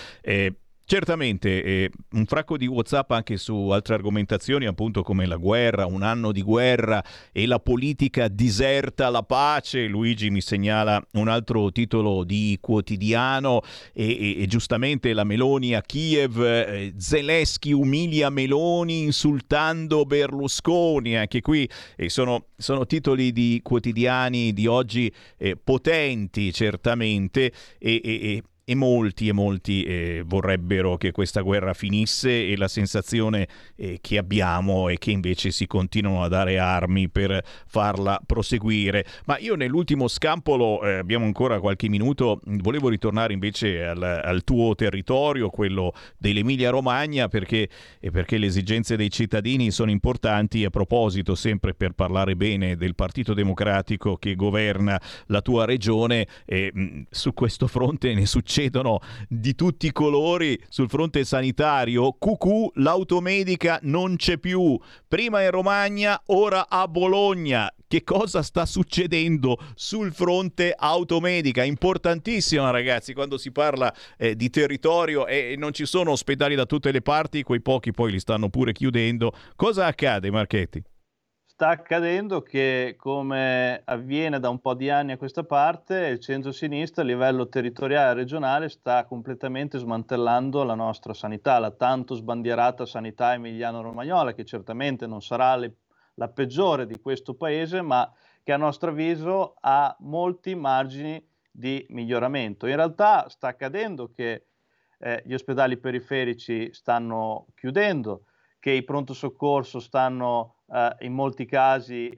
Certamente un fracco di WhatsApp anche su altre argomentazioni, appunto come la guerra, un anno di guerra e la politica diserta la pace. Luigi mi segnala un altro titolo di quotidiano e giustamente la Meloni a Kiev, Zelensky umilia Meloni insultando Berlusconi. Anche qui sono titoli di quotidiani di oggi potenti certamente e molti vorrebbero che questa guerra finisse, e la sensazione che abbiamo è che invece si continuano a dare armi per farla proseguire. Ma io nell'ultimo scampolo, abbiamo ancora qualche minuto, volevo ritornare invece al tuo territorio, quello dell'Emilia Romagna, perché le esigenze dei cittadini sono importanti. A proposito, sempre per parlare bene del Partito Democratico che governa la tua regione, su questo fronte ne succedono di tutti i colori. Sul fronte sanitario, cucù, l'automedica non c'è più, prima in Romagna, ora a Bologna. Che cosa sta succedendo sul fronte automedica? Importantissima, ragazzi, quando si parla di territorio e non ci sono ospedali da tutte le parti, quei pochi poi li stanno pure chiudendo. Cosa accade, Marchetti? Sta accadendo che, come avviene da un po' di anni a questa parte, il centro-sinistra a livello territoriale e regionale sta completamente smantellando la nostra sanità, la tanto sbandierata sanità emiliano-romagnola, che certamente non sarà la peggiore di questo paese, ma che a nostro avviso ha molti margini di miglioramento. In realtà sta accadendo che gli ospedali periferici stanno chiudendo, che i pronto soccorso stanno in molti casi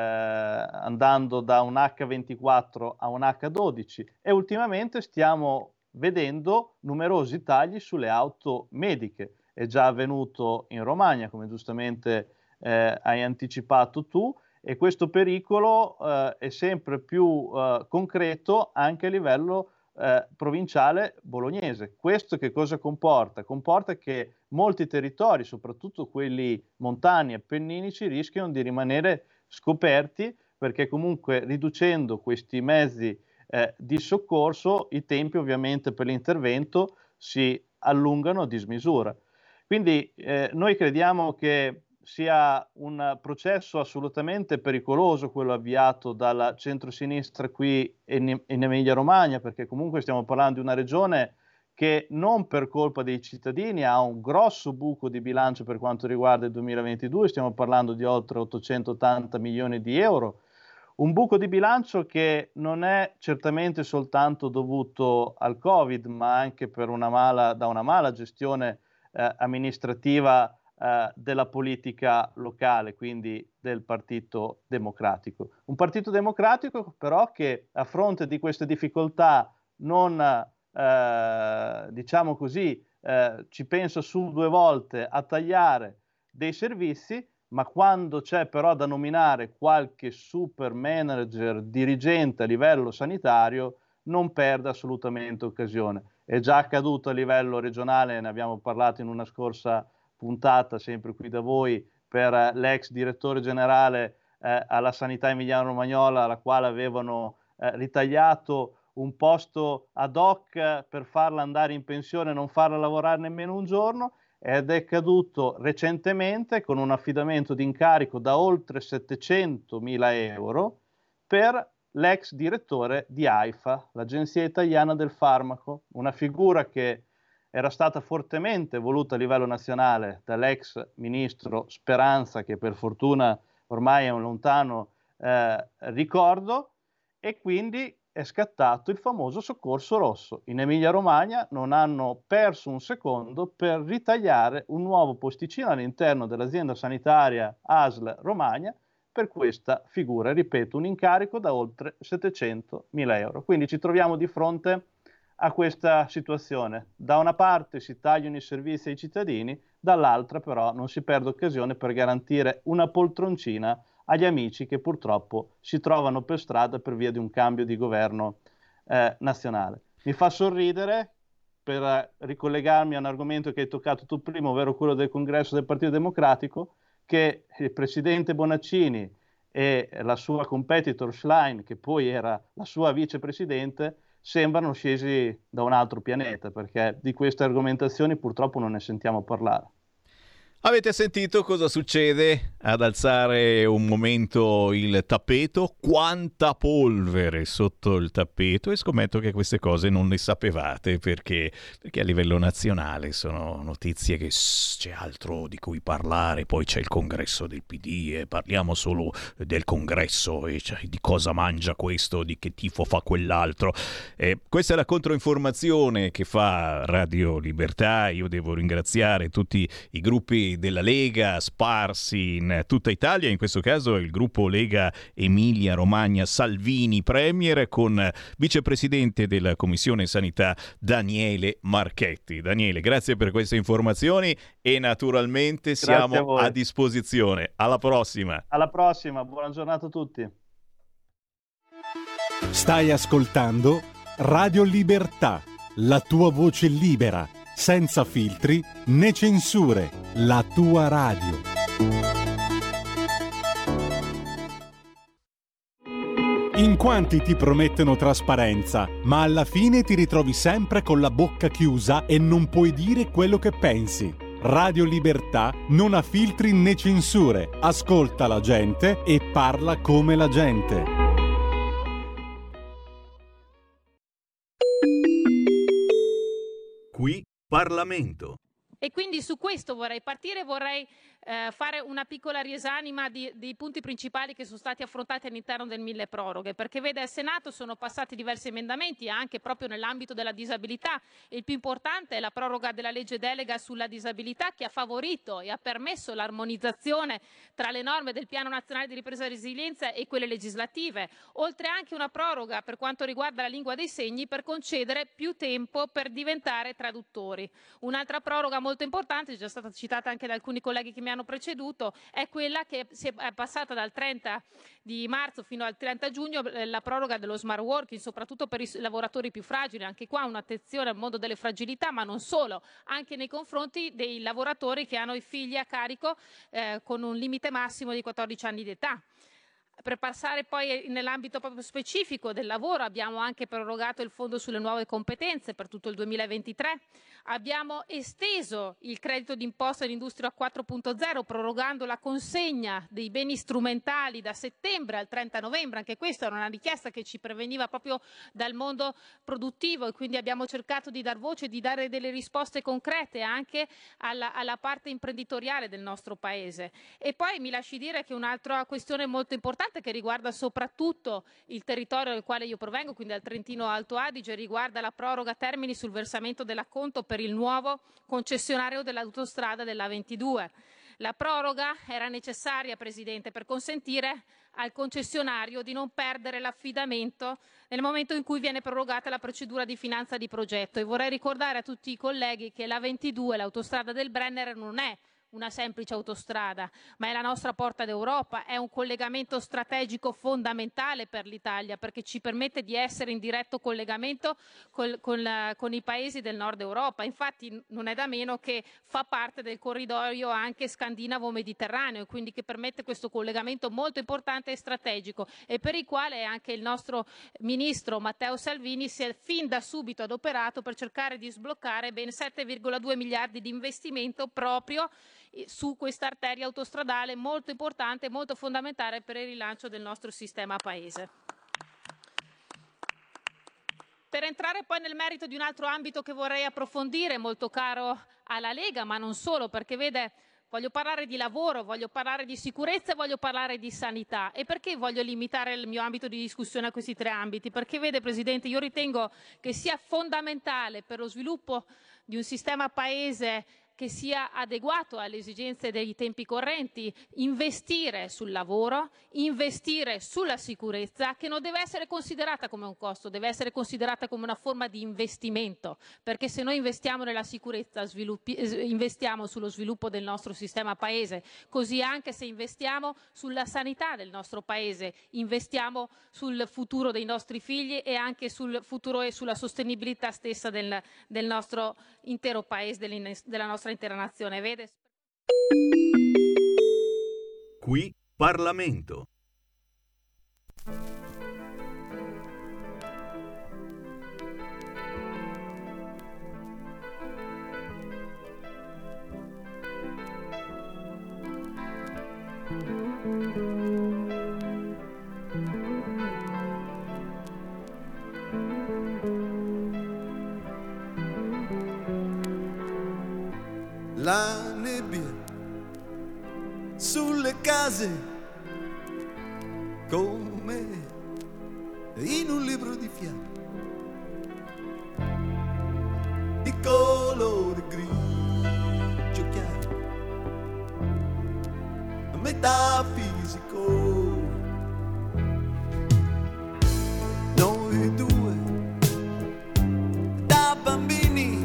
andando da un H24 a un H12, e ultimamente stiamo vedendo numerosi tagli sulle auto mediche. È già avvenuto in Romagna, come giustamente hai anticipato tu, e questo pericolo è sempre più concreto anche a livello provinciale bolognese. Questo che cosa comporta? Comporta che molti territori, soprattutto quelli montani e appenninici, rischiano di rimanere scoperti, perché comunque riducendo questi mezzi di soccorso i tempi ovviamente per l'intervento si allungano a dismisura. Quindi noi crediamo che sia un processo assolutamente pericoloso quello avviato dal centro-sinistra qui in Emilia-Romagna, perché comunque stiamo parlando di una regione che non per colpa dei cittadini ha un grosso buco di bilancio per quanto riguarda il 2022, stiamo parlando di oltre 880 milioni di euro, un buco di bilancio che non è certamente soltanto dovuto al Covid, ma anche per da una mala gestione amministrativa della politica locale, quindi del Partito Democratico. Un Partito Democratico però che a fronte di queste difficoltà non, diciamo così, ci pensa su due volte a tagliare dei servizi, ma quando c'è però da nominare qualche super manager dirigente a livello sanitario non perde assolutamente occasione. È già accaduto a livello regionale, ne abbiamo parlato in una scorsa puntata, sempre qui da voi, per l'ex direttore generale alla sanità emiliano-romagnola, alla quale avevano ritagliato un posto ad hoc per farla andare in pensione e non farla lavorare nemmeno un giorno, ed è accaduto recentemente con un affidamento di incarico da oltre 700.000 euro per l'ex direttore di AIFA, l'Agenzia Italiana del Farmaco, una figura che era stata fortemente voluta a livello nazionale dall'ex ministro Speranza, che per fortuna ormai è un lontano ricordo, e quindi è scattato il famoso soccorso rosso. In Emilia-Romagna non hanno perso un secondo per ritagliare un nuovo posticino all'interno dell'azienda sanitaria ASL Romagna per questa figura, ripeto, un incarico da oltre 700.000 euro. Quindi ci troviamo di fronte a questa situazione. Da una parte si tagliano i servizi ai cittadini, dall'altra però non si perde occasione per garantire una poltroncina agli amici che purtroppo si trovano per strada per via di un cambio di governo nazionale. Mi fa sorridere, per ricollegarmi a un argomento che hai toccato tu prima, ovvero quello del congresso del Partito Democratico, che il presidente Bonaccini e la sua competitor Schlein, che poi era la sua vicepresidente, sembrano scesi da un altro pianeta, perché di queste argomentazioni purtroppo non ne sentiamo parlare. Avete sentito cosa succede ad alzare un momento il tappeto? Quanta polvere sotto il tappeto, e scommetto che queste cose non le sapevate perché a livello nazionale sono notizie che c'è altro di cui parlare. Poi c'è il congresso del PD e parliamo solo del congresso e cioè, di cosa mangia questo, di che tifo fa quell'altro. Questa è la controinformazione che fa Radio Libertà. Io devo ringraziare tutti i gruppi della Lega sparsi in tutta Italia, in questo caso il gruppo Lega Emilia Romagna Salvini Premier, con vicepresidente della Commissione Sanità Daniele Marchetti. Daniele, grazie per queste informazioni e naturalmente siamo a disposizione. Alla prossima. Alla prossima, buona giornata a tutti. Stai ascoltando Radio Libertà, la tua voce libera, senza filtri né censure, la tua radio. In quanti ti promettono trasparenza, ma alla fine ti ritrovi sempre con la bocca chiusa e non puoi dire quello che pensi. Radio Libertà non ha filtri né censure, ascolta la gente e parla come la gente. Qui Parlamento. E quindi su questo vorrei partire, vorrei fare una piccola riesanima dei punti principali che sono stati affrontati all'interno del mille proroghe, perché vede al Senato sono passati diversi emendamenti anche proprio nell'ambito della disabilità. Il più importante è la proroga della legge delega sulla disabilità, che ha favorito e ha permesso l'armonizzazione tra le norme del Piano Nazionale di Ripresa e Resilienza e quelle legislative, oltre anche una proroga per quanto riguarda la lingua dei segni per concedere più tempo per diventare traduttori. Un'altra proroga molto importante, è già stata citata anche da alcuni colleghi che mi hanno preceduto, è quella che è passata dal 30 di marzo fino al 30 giugno, la proroga dello smart working, soprattutto per i lavoratori più fragili. Anche qua un'attenzione al mondo delle fragilità, ma non solo, anche nei confronti dei lavoratori che hanno i figli a carico con un limite massimo di 14 anni di età. Per passare poi nell'ambito proprio specifico del lavoro, abbiamo anche prorogato il fondo sulle nuove competenze per tutto il 2023, abbiamo esteso il credito d'imposta all'industria 4.0 prorogando la consegna dei beni strumentali da settembre al 30 novembre, anche questa era una richiesta che ci preveniva proprio dal mondo produttivo e quindi abbiamo cercato di dar voce, di dare delle risposte concrete anche alla parte imprenditoriale del nostro Paese. E poi mi lasci dire che un'altra questione molto importante che riguarda soprattutto il territorio dal quale io provengo, quindi al Trentino Alto Adige, riguarda la proroga termini sul versamento dell'acconto per il nuovo concessionario dell'autostrada della 22. La proroga era necessaria, Presidente, per consentire al concessionario di non perdere l'affidamento nel momento in cui viene prorogata la procedura di finanza di progetto. E vorrei ricordare a tutti i colleghi che la 22, l'autostrada del Brennero, non è una semplice autostrada, ma è la nostra porta d'Europa, è un collegamento strategico fondamentale per l'Italia, perché ci permette di essere in diretto collegamento con i paesi del nord Europa. Infatti non è da meno che fa parte del corridoio anche scandinavo-mediterraneo, quindi che permette questo collegamento molto importante e strategico, e per il quale anche il nostro ministro Matteo Salvini si è fin da subito adoperato per cercare di sbloccare ben 7,2 miliardi di investimento proprio su questa arteria autostradale molto importante e molto fondamentale per il rilancio del nostro sistema paese. Per entrare poi nel merito di un altro ambito che vorrei approfondire, molto caro alla Lega, ma non solo, perché vede, voglio parlare di lavoro, voglio parlare di sicurezza e voglio parlare di sanità. E perché voglio limitare il mio ambito di discussione a questi tre ambiti? Perché vede, Presidente, io ritengo che sia fondamentale per lo sviluppo di un sistema paese che sia adeguato alle esigenze dei tempi correnti, investire sul lavoro, investire sulla sicurezza, che non deve essere considerata come un costo, deve essere considerata come una forma di investimento, perché se noi investiamo nella sicurezza, investiamo sullo sviluppo del nostro sistema paese, così anche se investiamo sulla sanità del nostro paese, investiamo sul futuro dei nostri figli e anche sul futuro e sulla sostenibilità stessa del nostro intero paese, della nostra intera nazione. Vede? Qui Parlamento. La nebbia sulle case come in un libro di fiamme di colore grigio chiaro, metafisico. Noi due da bambini,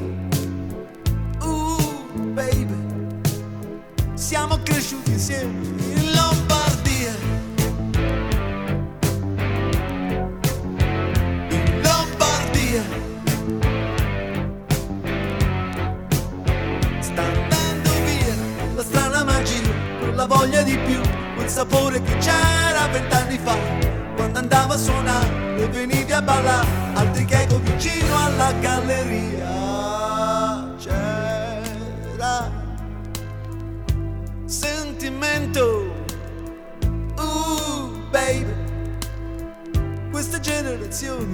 baby, siamo cresciuti insieme in Lombardia. In Lombardia sta andando via la strana magia, quella voglia di più, quel sapore che c'era 20 anni fa, quando andavo a suonare e venivi a ballare al Tricheco vicino alla galleria. C'era sentimento, baby, queste generazioni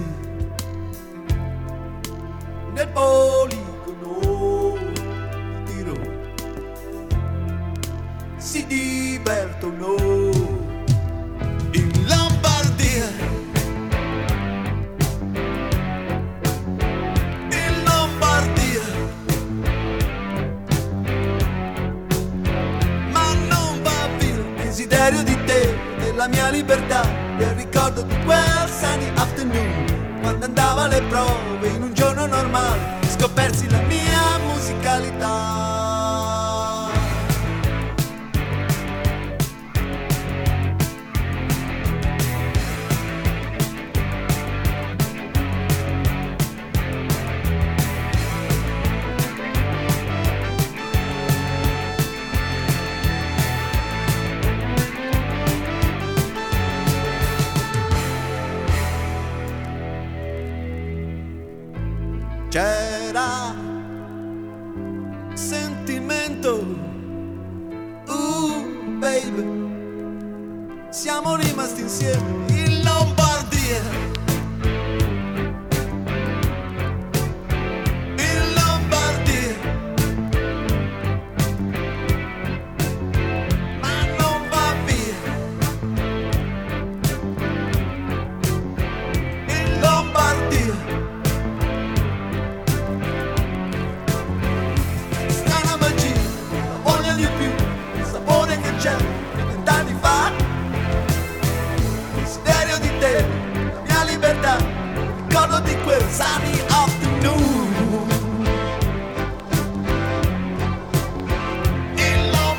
nel poligono di Roma si divertono in Lombardia. In Lombardia, ma non va via il desiderio di te, della mia libertà, del ricordo di quel sunny afternoon, quando andavo alle prove in un giorno normale, scopersi la mia musicalità. C'era sentimento, baby, siamo rimasti insieme in Lombardia. In Lombardia, ma non va via. In Lombardia di più, il sapore che c'è 20 anni fa, il desiderio di te, la mia libertà, ricordo di quel sunny afternoon in Lombardia.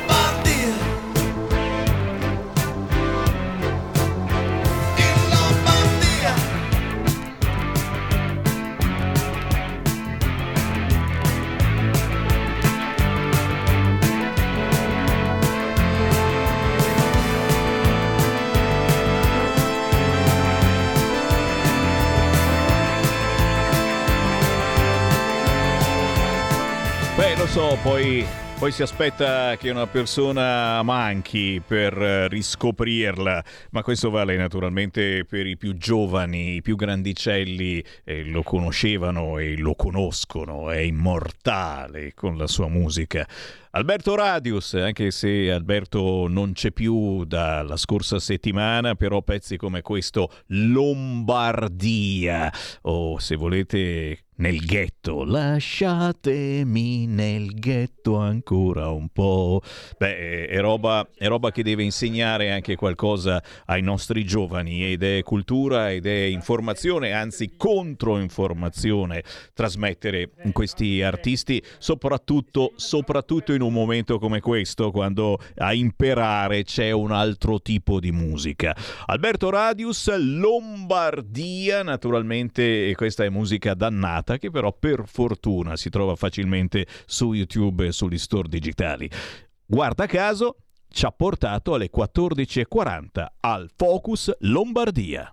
so, poi si aspetta che una persona manchi per riscoprirla, ma questo vale naturalmente per i più giovani, i più grandicelli lo conoscevano e lo conoscono, è immortale con la sua musica. Alberto Radius, anche se Alberto non c'è più dalla scorsa settimana, però pezzi come questo, Lombardia, o se volete nel ghetto, lasciatemi nel ghetto ancora un po'. Beh, è roba che deve insegnare anche qualcosa ai nostri giovani, ed è cultura ed è informazione, anzi controinformazione, trasmettere questi artisti, soprattutto in un momento come questo, quando a imperare c'è un altro tipo di musica. Alberto Radius, Lombardia, naturalmente questa è musica dannata, che però per fortuna si trova facilmente su YouTube e sugli store digitali. Guarda caso, ci ha portato alle 14.40 al Focus Lombardia.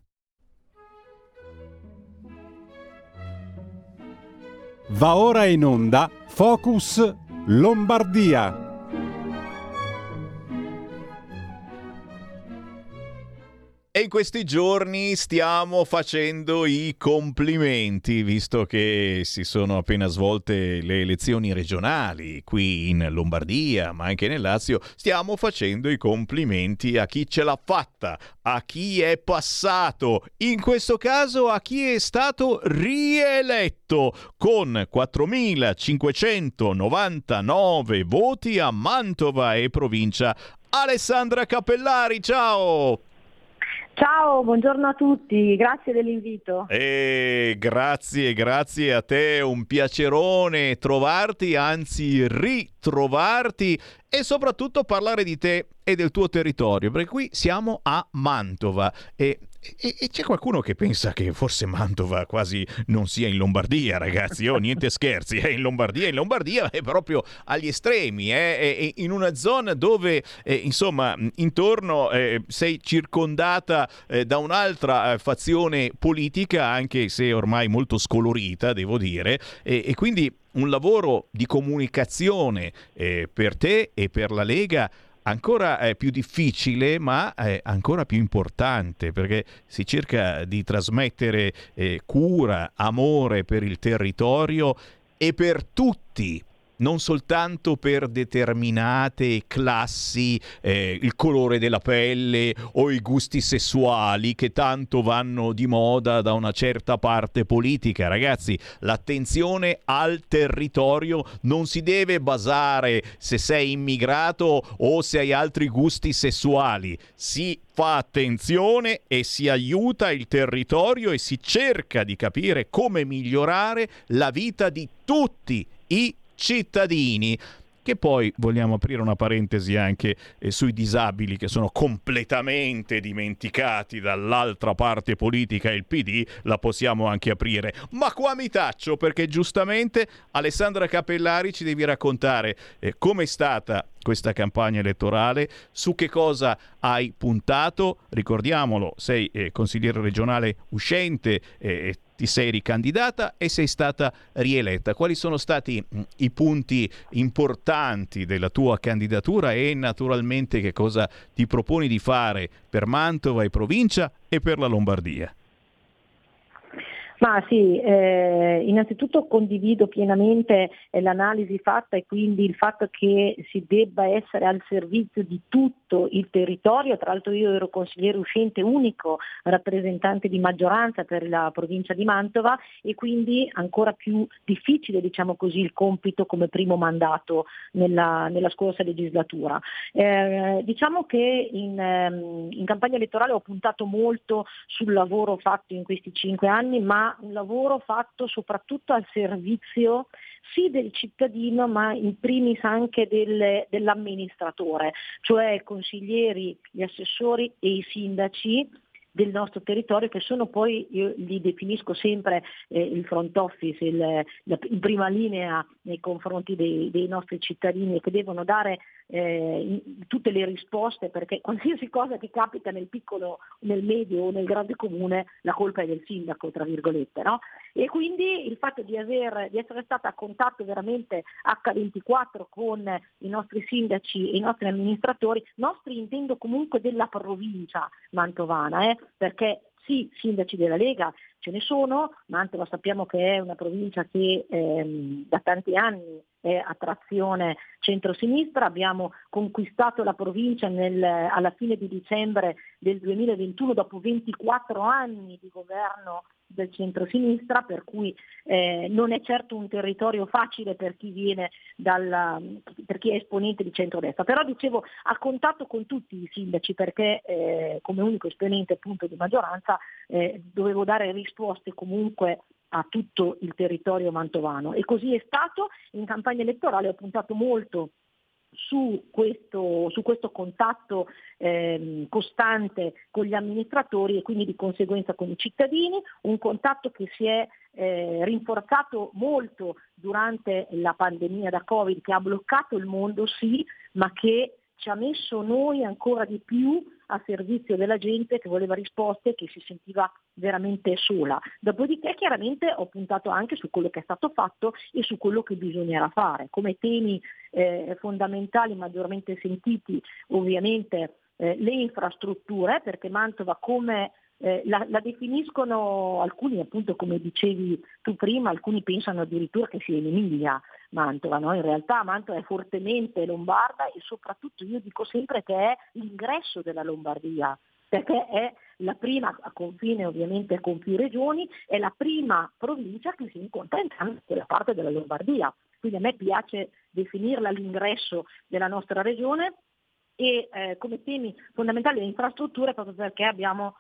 Va ora in onda Focus Lombardia. E in questi giorni stiamo facendo i complimenti, visto che si sono appena svolte le elezioni regionali qui in Lombardia, ma anche nel Lazio. Stiamo facendo i complimenti a chi ce l'ha fatta, a chi è passato, in questo caso a chi è stato rieletto con 4.599 voti a Mantova e provincia. Alessandra Cappellari, ciao! Ciao, buongiorno a tutti, grazie dell'invito. Grazie a te, un piacerone trovarti, anzi ritrovarti, e soprattutto parlare di te e del tuo territorio, perché qui siamo a Mantova e c'è qualcuno che pensa che forse Mantova quasi non sia in Lombardia, ragazzi. Niente scherzi, è in Lombardia è proprio agli estremi, è in una zona dove insomma intorno sei circondata da un'altra fazione politica, anche se ormai molto scolorita, devo dire, e quindi un lavoro di comunicazione per te e per la Lega ancora più difficile, ma ancora più importante, perché si cerca di trasmettere cura, amore per il territorio e per tutti, non soltanto per determinate classi, il colore della pelle o i gusti sessuali che tanto vanno di moda da una certa parte politica. Ragazzi, l'attenzione al territorio non si deve basare se sei immigrato o se hai altri gusti sessuali. Si fa attenzione e si aiuta il territorio e si cerca di capire come migliorare la vita di tutti i cittadini. Che poi vogliamo aprire una parentesi anche sui disabili, che sono completamente dimenticati dall'altra parte politica, il PD, la possiamo anche aprire. Ma qua mi taccio, perché giustamente Alessandra Cappellari ci devi raccontare come è stata questa campagna elettorale, su che cosa hai puntato. Ricordiamolo, sei consigliere regionale uscente, ti sei ricandidata e sei stata rieletta. Quali sono stati i punti importanti della tua candidatura e naturalmente che cosa ti proponi di fare per Mantova e provincia e per la Lombardia? Ma sì, innanzitutto condivido pienamente l'analisi fatta e quindi il fatto che si debba essere al servizio di tutto il territorio. Tra l'altro io ero consigliere uscente unico, rappresentante di maggioranza per la provincia di Mantova, e quindi ancora più difficile, diciamo così, il compito come primo mandato nella scorsa legislatura. Diciamo che in campagna elettorale ho puntato molto sul lavoro fatto in questi 5 anni, ma un lavoro fatto soprattutto al servizio sì del cittadino, ma in primis anche dell'amministratore, cioè i consiglieri, gli assessori e i sindaci, del nostro territorio, che sono poi, io li definisco sempre il front office, in prima linea nei confronti dei nostri cittadini, e che devono dare tutte le risposte, perché qualsiasi cosa che capita nel piccolo, nel medio o nel grande comune, la colpa è del sindaco, tra virgolette, no? E quindi il fatto di essere stata a contatto veramente H24 con i nostri sindaci e i nostri amministratori, nostri intendo comunque della provincia mantovana, perché sì, sindaci della Lega ce ne sono, Mantova sappiamo che è una provincia che da tanti anni è a trazione centrosinistra, abbiamo conquistato la provincia alla fine di dicembre del 2021 dopo 24 anni di governo del centrosinistra, per cui non è certo un territorio facile per chi viene per chi è esponente di centrodestra, però dicevo a contatto con tutti i sindaci, perché come unico esponente appunto di maggioranza dovevo dare risposte comunque a tutto il territorio mantovano, e così è stato. In campagna elettorale ho puntato molto su questo contatto costante con gli amministratori e quindi di conseguenza con i cittadini, un contatto che si è rinforzato molto durante la pandemia da Covid, che ha bloccato il mondo sì, ma che ci ha messo noi ancora di più a servizio della gente che voleva risposte, che si sentiva veramente sola. Dopodiché chiaramente ho puntato anche su quello che è stato fatto e su quello che bisognerà fare. Come temi fondamentali, maggiormente sentiti, ovviamente le infrastrutture, perché Mantova come la definiscono alcuni, appunto come dicevi tu prima, alcuni pensano addirittura che sia in Emilia Mantova, no? In realtà Mantova è fortemente lombarda, e soprattutto io dico sempre che è l'ingresso della Lombardia, perché è la prima, a confine ovviamente con più regioni, è la prima provincia che si incontra in quella parte della Lombardia, quindi a me piace definirla l'ingresso della nostra regione, e come temi fondamentali le infrastrutture, proprio perché abbiamo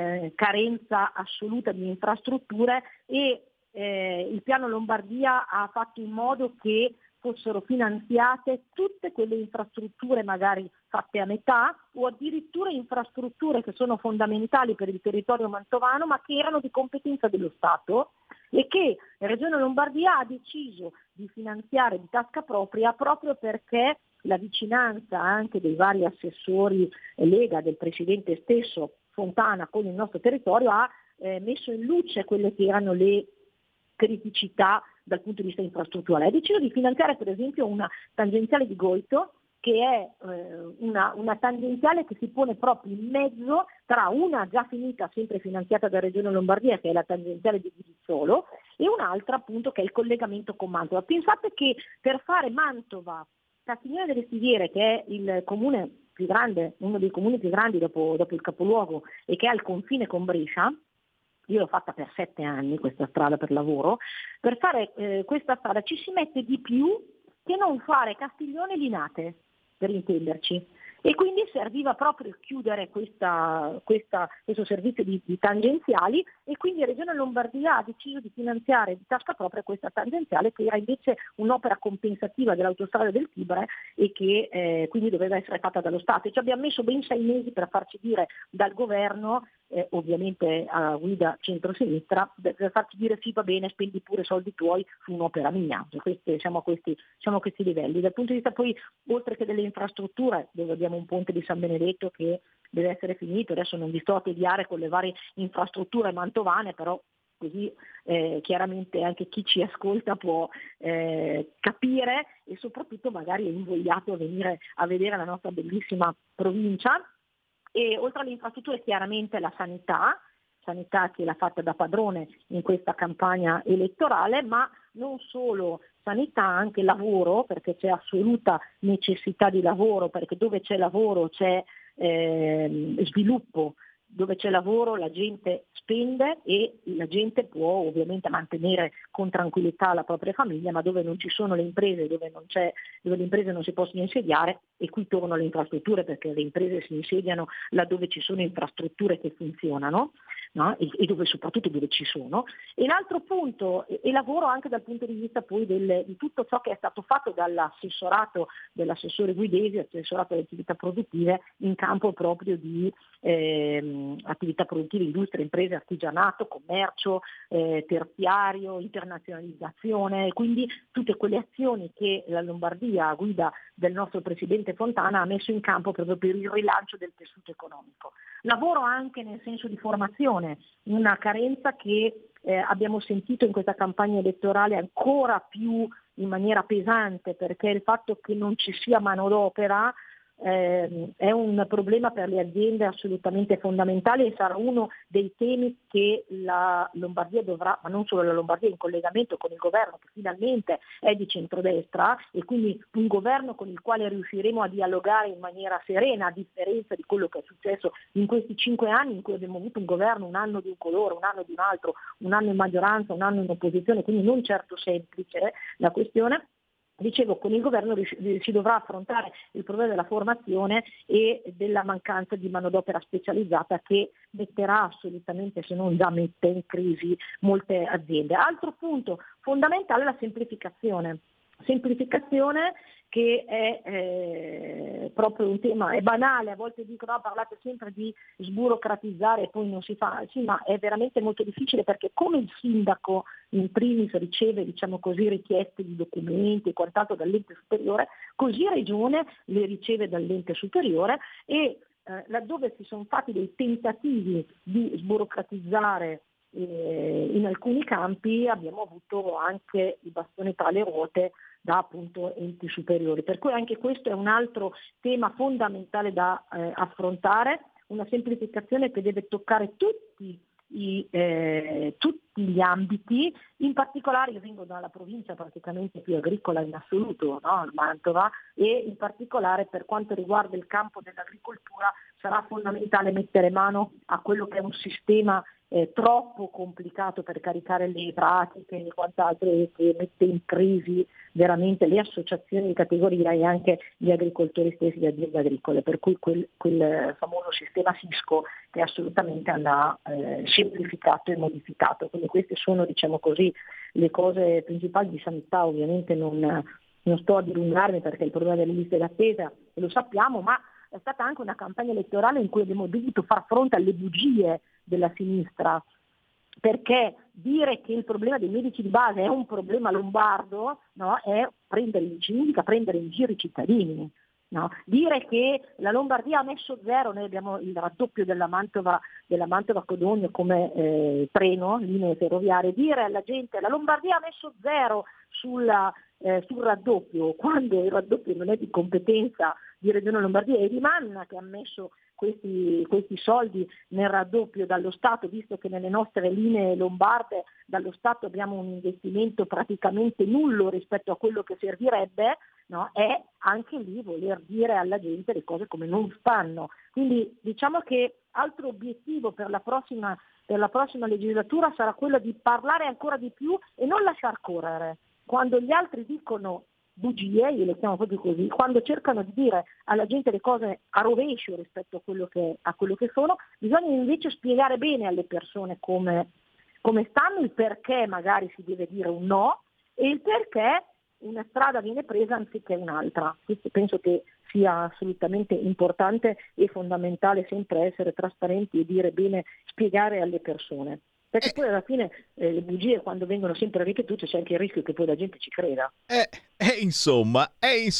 carenza assoluta di infrastrutture, e il piano Lombardia ha fatto in modo che fossero finanziate tutte quelle infrastrutture magari fatte a metà, o addirittura infrastrutture che sono fondamentali per il territorio mantovano ma che erano di competenza dello Stato, e che la Regione Lombardia ha deciso di finanziare di tasca propria, proprio perché la vicinanza anche dei vari assessori Lega, del Presidente stesso Fontana con il nostro territorio, ha messo in luce quelle che erano le criticità dal punto di vista infrastrutturale. Ha deciso di finanziare per esempio una tangenziale di Goito, che è una tangenziale che si pone proprio in mezzo tra una già finita, sempre finanziata da Regione Lombardia, che è la tangenziale di Guidizzolo, e un'altra appunto che è il collegamento con Mantova. Pensate che per fare Mantova Castiglione delle Stiviere, che è il comune più grande, uno dei comuni più grandi dopo il capoluogo, e che ha il confine con Brescia, io l'ho fatta per 7 anni questa strada per lavoro, per fare questa strada ci si mette di più che non fare Castiglione e Linate, per intenderci. E quindi serviva proprio chiudere questo servizio di tangenziali, e quindi la Regione Lombardia ha deciso di finanziare di tasca propria questa tangenziale, che era invece un'opera compensativa dell'autostrada del Tibre e che quindi doveva essere fatta dallo Stato. E ci abbiamo messo ben 6 mesi per farci dire dal governo, ovviamente a guida centrosinistra, per farci dire sì, va bene, spendi pure soldi tuoi su un'opera mia. Siamo a questi livelli. Dal punto di vista poi, oltre che delle infrastrutture, dove abbiamo un ponte di San Benedetto che deve essere finito, adesso non vi sto a tediare con le varie infrastrutture mantovane, però così chiaramente anche chi ci ascolta può capire, e soprattutto magari è invogliato a venire a vedere la nostra bellissima provincia. E oltre alle infrastrutture chiaramente la sanità che l'ha fatta da padrone in questa campagna elettorale, ma non solo sanità, anche lavoro, perché c'è assoluta necessità di lavoro, perché dove c'è lavoro c'è sviluppo, dove c'è lavoro la gente spende e la gente può ovviamente mantenere con tranquillità la propria famiglia, ma dove non ci sono le imprese, dove le imprese non si possono insediare, e qui tornano le infrastrutture, perché le imprese si insediano laddove ci sono infrastrutture che funzionano, no? E dove soprattutto dove ci sono. E l'altro punto, e lavoro anche dal punto di vista poi di tutto ciò che è stato fatto dall'assessorato dell'assessore Guidesi, assessorato alle attività produttive, in campo proprio di attività produttive, industria, imprese, artigianato, commercio, terziario, internazionalizzazione, quindi tutte quelle azioni che la Lombardia a guida del nostro Presidente Fontana ha messo in campo proprio per il rilancio del tessuto economico. Lavoro anche nel senso di formazione, una carenza che abbiamo sentito in questa campagna elettorale ancora più in maniera pesante, perché il fatto che non ci sia manodopera è un problema per le aziende assolutamente fondamentale e sarà uno dei temi che la Lombardia dovrà, ma non solo la Lombardia, in collegamento con il governo che finalmente è di centrodestra, e quindi un governo con il quale riusciremo a dialogare in maniera serena, a differenza di quello che è successo in questi 5 anni in cui abbiamo avuto un governo un anno di un colore, un anno di un altro, un anno in maggioranza, un anno in opposizione, quindi non certo semplice la questione. Dicevo, con il governo si dovrà affrontare il problema della formazione e della mancanza di manodopera specializzata che metterà assolutamente, se non già mette in crisi molte aziende. Altro punto fondamentale è la semplificazione. Semplificazione che è proprio un tema, è banale, a volte dicono no, parlate sempre di sburocratizzare e poi non si fa, sì, ma è veramente molto difficile, perché come il sindaco in primis riceve, diciamo così, richieste di documenti e quant'altro dall'ente superiore, così Regione le riceve dall'ente superiore e laddove si sono fatti dei tentativi di sburocratizzare in alcuni campi abbiamo avuto anche i bastoni tra le ruote da appunto enti superiori, per cui anche questo è un altro tema fondamentale da affrontare, una semplificazione che deve toccare tutti gli ambiti, in particolare io vengo dalla provincia praticamente più agricola in assoluto, no? Mantova, e in particolare per quanto riguarda il campo dell'agricoltura sarà fondamentale mettere mano a quello che è un sistema troppo complicato per caricare le pratiche e quant'altro, che mette in crisi veramente le associazioni di categoria e anche gli agricoltori stessi, le aziende agricole, per cui quel famoso sistema fisco che assolutamente andrà semplificato e modificato. Quindi queste sono, diciamo così, le cose principali di sanità. Ovviamente non sto a dilungarmi perché il problema delle liste d'attesa lo sappiamo, ma è stata anche una campagna elettorale in cui abbiamo dovuto far fronte alle bugie della sinistra, perché dire che il problema dei medici di base è un problema lombardo, no, significa prendere in giro i cittadini. No? Dire che la Lombardia ha messo zero, noi abbiamo il raddoppio della Mantova Codogno come treno, linee ferroviarie, dire alla gente la Lombardia ha messo zero sul raddoppio, quando il raddoppio non è di competenza di Regione Lombardia, è di Manna che ha messo questi soldi nel raddoppio dallo Stato, visto che nelle nostre linee lombarde dallo Stato abbiamo un investimento praticamente nullo rispetto a quello che servirebbe, no? È anche lì voler dire alla gente le cose come non stanno. Quindi diciamo che altro obiettivo per la prossima legislatura sarà quello di parlare ancora di più e non lasciar correre. Quando gli altri dicono bugie, io le chiamo proprio così, quando cercano di dire alla gente le cose a rovescio rispetto a quello che sono, bisogna invece spiegare bene alle persone come stanno, il perché magari si deve dire un no e il perché una strada viene presa anziché un'altra. Questo penso che sia assolutamente importante e fondamentale, sempre essere trasparenti e dire bene, spiegare alle persone. Perché poi alla fine le bugie, quando vengono sempre ripetute, c'è anche il rischio che poi la gente ci creda. Insomma,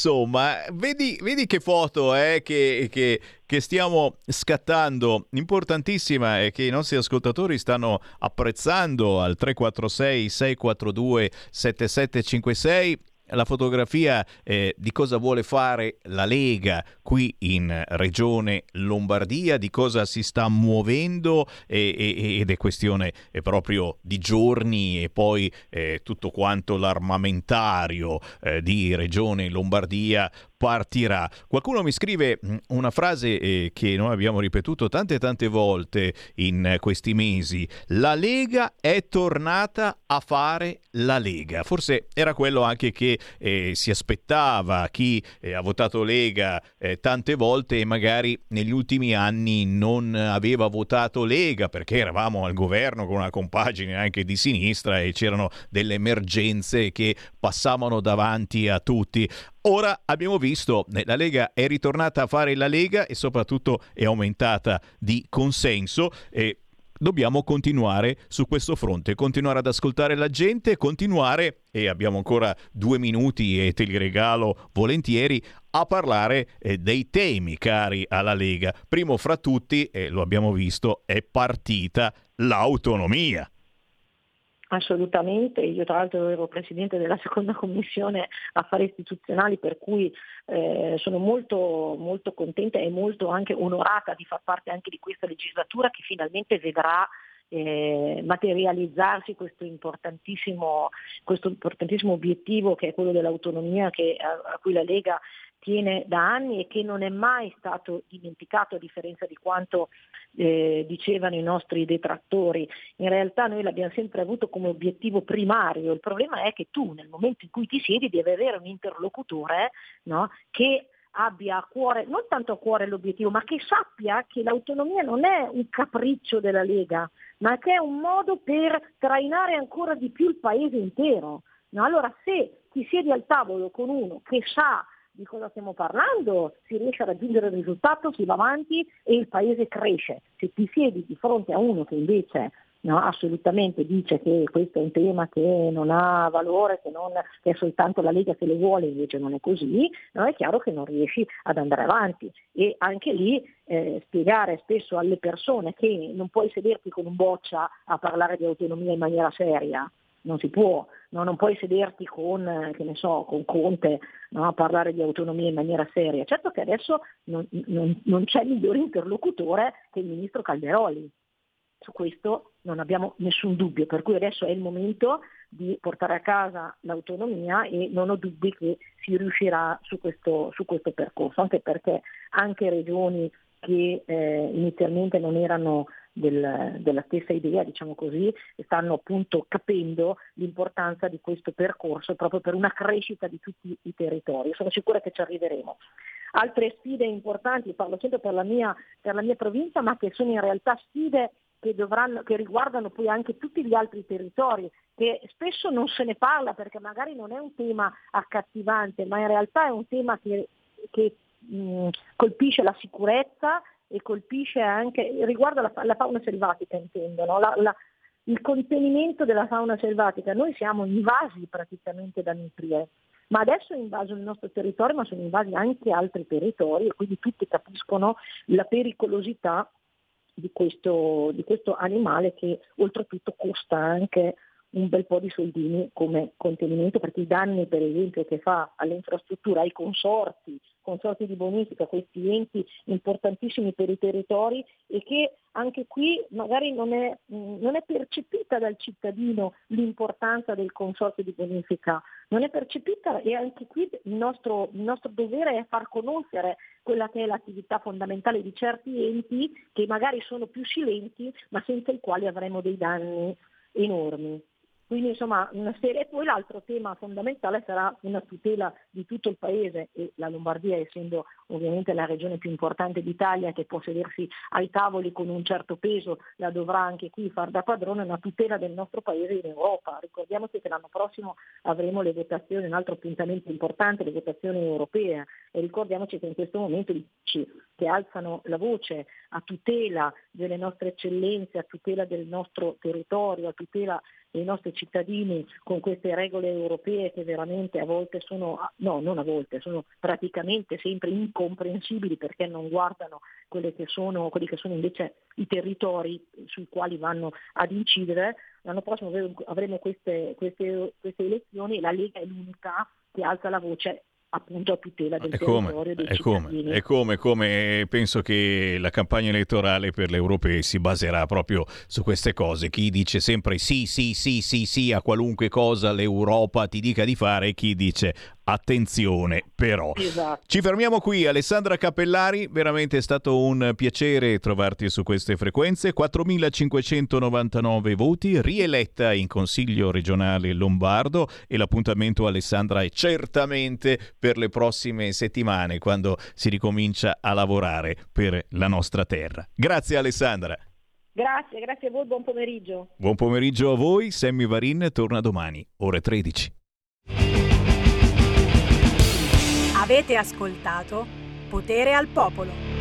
vedi che foto che stiamo scattando, importantissima, e che i nostri ascoltatori stanno apprezzando al 346 642 7756. La fotografia di cosa vuole fare la Lega qui in Regione Lombardia, di cosa si sta muovendo ed è questione proprio di giorni e poi tutto quanto l'armamentario di Regione Lombardia partirà. Qualcuno mi scrive una frase che noi abbiamo ripetuto tante volte in questi mesi: la Lega è tornata a fare la Lega. Forse era quello anche che si aspettava chi ha votato Lega tante volte e magari negli ultimi anni non aveva votato Lega perché eravamo al governo con una compagine anche di sinistra e c'erano delle emergenze che passavano davanti a tutti. Ora abbiamo visto, la Lega è ritornata a fare la Lega e soprattutto è aumentata di consenso e dobbiamo continuare su questo fronte, continuare ad ascoltare la gente, continuare, e abbiamo ancora 2 minuti e te li regalo volentieri, a parlare dei temi cari alla Lega. Primo fra tutti, lo abbiamo visto, è partita l'autonomia. Assolutamente, io tra l'altro ero presidente della seconda commissione affari istituzionali, per cui sono molto, molto contenta e molto anche onorata di far parte anche di questa legislatura che finalmente vedrà materializzarsi questo importantissimo obiettivo che è quello dell'autonomia a cui la Lega tiene da anni e che non è mai stato dimenticato, a differenza di quanto dicevano i nostri detrattori. In realtà noi l'abbiamo sempre avuto come obiettivo primario. Il problema è che tu nel momento in cui ti siedi devi avere un interlocutore, no, che abbia a cuore, non tanto a cuore l'obiettivo, ma che sappia che l'autonomia non è un capriccio della Lega, ma che è un modo per trainare ancora di più il paese intero. No? Allora se ti siedi al tavolo con uno che sa di cosa stiamo parlando, si riesce a raggiungere il risultato, si va avanti e il paese cresce. Se ti siedi di fronte a uno che invece assolutamente dice che questo è un tema che non ha valore, che è soltanto la Lega che lo vuole, invece non è così, è chiaro che non riesci ad andare avanti. E anche lì spiegare spesso alle persone che non puoi sederti con un Boccia a parlare di autonomia in maniera seria, non si può, non puoi sederti con Conte a parlare di autonomia in maniera seria. Certo che adesso non c'è migliore interlocutore che il ministro Calderoli, su questo non abbiamo nessun dubbio, per cui adesso è il momento di portare a casa l'autonomia e non ho dubbi che si riuscirà su questo percorso, anche perché anche regioni che inizialmente non erano della stessa idea, diciamo così, stanno appunto capendo l'importanza di questo percorso proprio per una crescita di tutti i territori. Sono sicura che ci arriveremo. Altre sfide importanti, parlo sempre per la mia provincia, ma che sono in realtà sfide che riguardano poi anche tutti gli altri territori, che spesso non se ne parla perché magari non è un tema accattivante, ma in realtà è un tema che colpisce la sicurezza e colpisce anche, riguarda la fauna selvatica, intendo, no? Il contenimento della fauna selvatica. Noi siamo invasi praticamente da nutrie, ma adesso è invaso il nostro territorio, ma sono invasi anche altri territori e quindi tutti capiscono la pericolosità di questo animale che oltretutto costa anche un bel po' di soldini come contenimento, perché i danni per esempio che fa all'infrastruttura, ai consorzi di bonifica, questi enti importantissimi per i territori e che anche qui magari non è percepita dal cittadino l'importanza del consorzio di bonifica, non è percepita, e anche qui il nostro dovere è far conoscere quella che è l'attività fondamentale di certi enti che magari sono più silenti ma senza i quali avremo dei danni enormi. Quindi insomma una serie. E poi l'altro tema fondamentale sarà una tutela di tutto il paese, e la Lombardia, essendo ovviamente la regione più importante d'Italia che può sedersi ai tavoli con un certo peso, la dovrà anche qui far da padrone, una tutela del nostro paese in Europa. Ricordiamoci che l'anno prossimo avremo le votazioni, un altro appuntamento importante, le votazioni europee, e ricordiamoci che in questo momento che alzano la voce a tutela delle nostre eccellenze, a tutela del nostro territorio, a tutela dei nostri cittadini con queste regole europee che veramente a volte sono praticamente sempre incomprensibili, perché non guardano quelli che sono invece i territori sui quali vanno ad incidere. L'anno prossimo avremo queste elezioni e la Lega è l'unica che alza la voce appunto a tutela del territorio dei cittadini. È come penso che la campagna elettorale per le europee si baserà proprio su queste cose. Chi dice sempre sì a qualunque cosa l'Europa ti dica di fare, e chi dice attenzione però. Esatto. Ci fermiamo qui. Alessandra Cappellari, veramente è stato un piacere trovarti su queste frequenze. 4.599 voti, rieletta in Consiglio regionale lombardo, e l'appuntamento, Alessandra, è certamente per le prossime settimane, quando si ricomincia a lavorare per la nostra terra. Grazie Alessandra. Grazie a voi, buon pomeriggio. Buon pomeriggio a voi. Sammy Varin torna domani, ore 13. Avete ascoltato Potere al Popolo.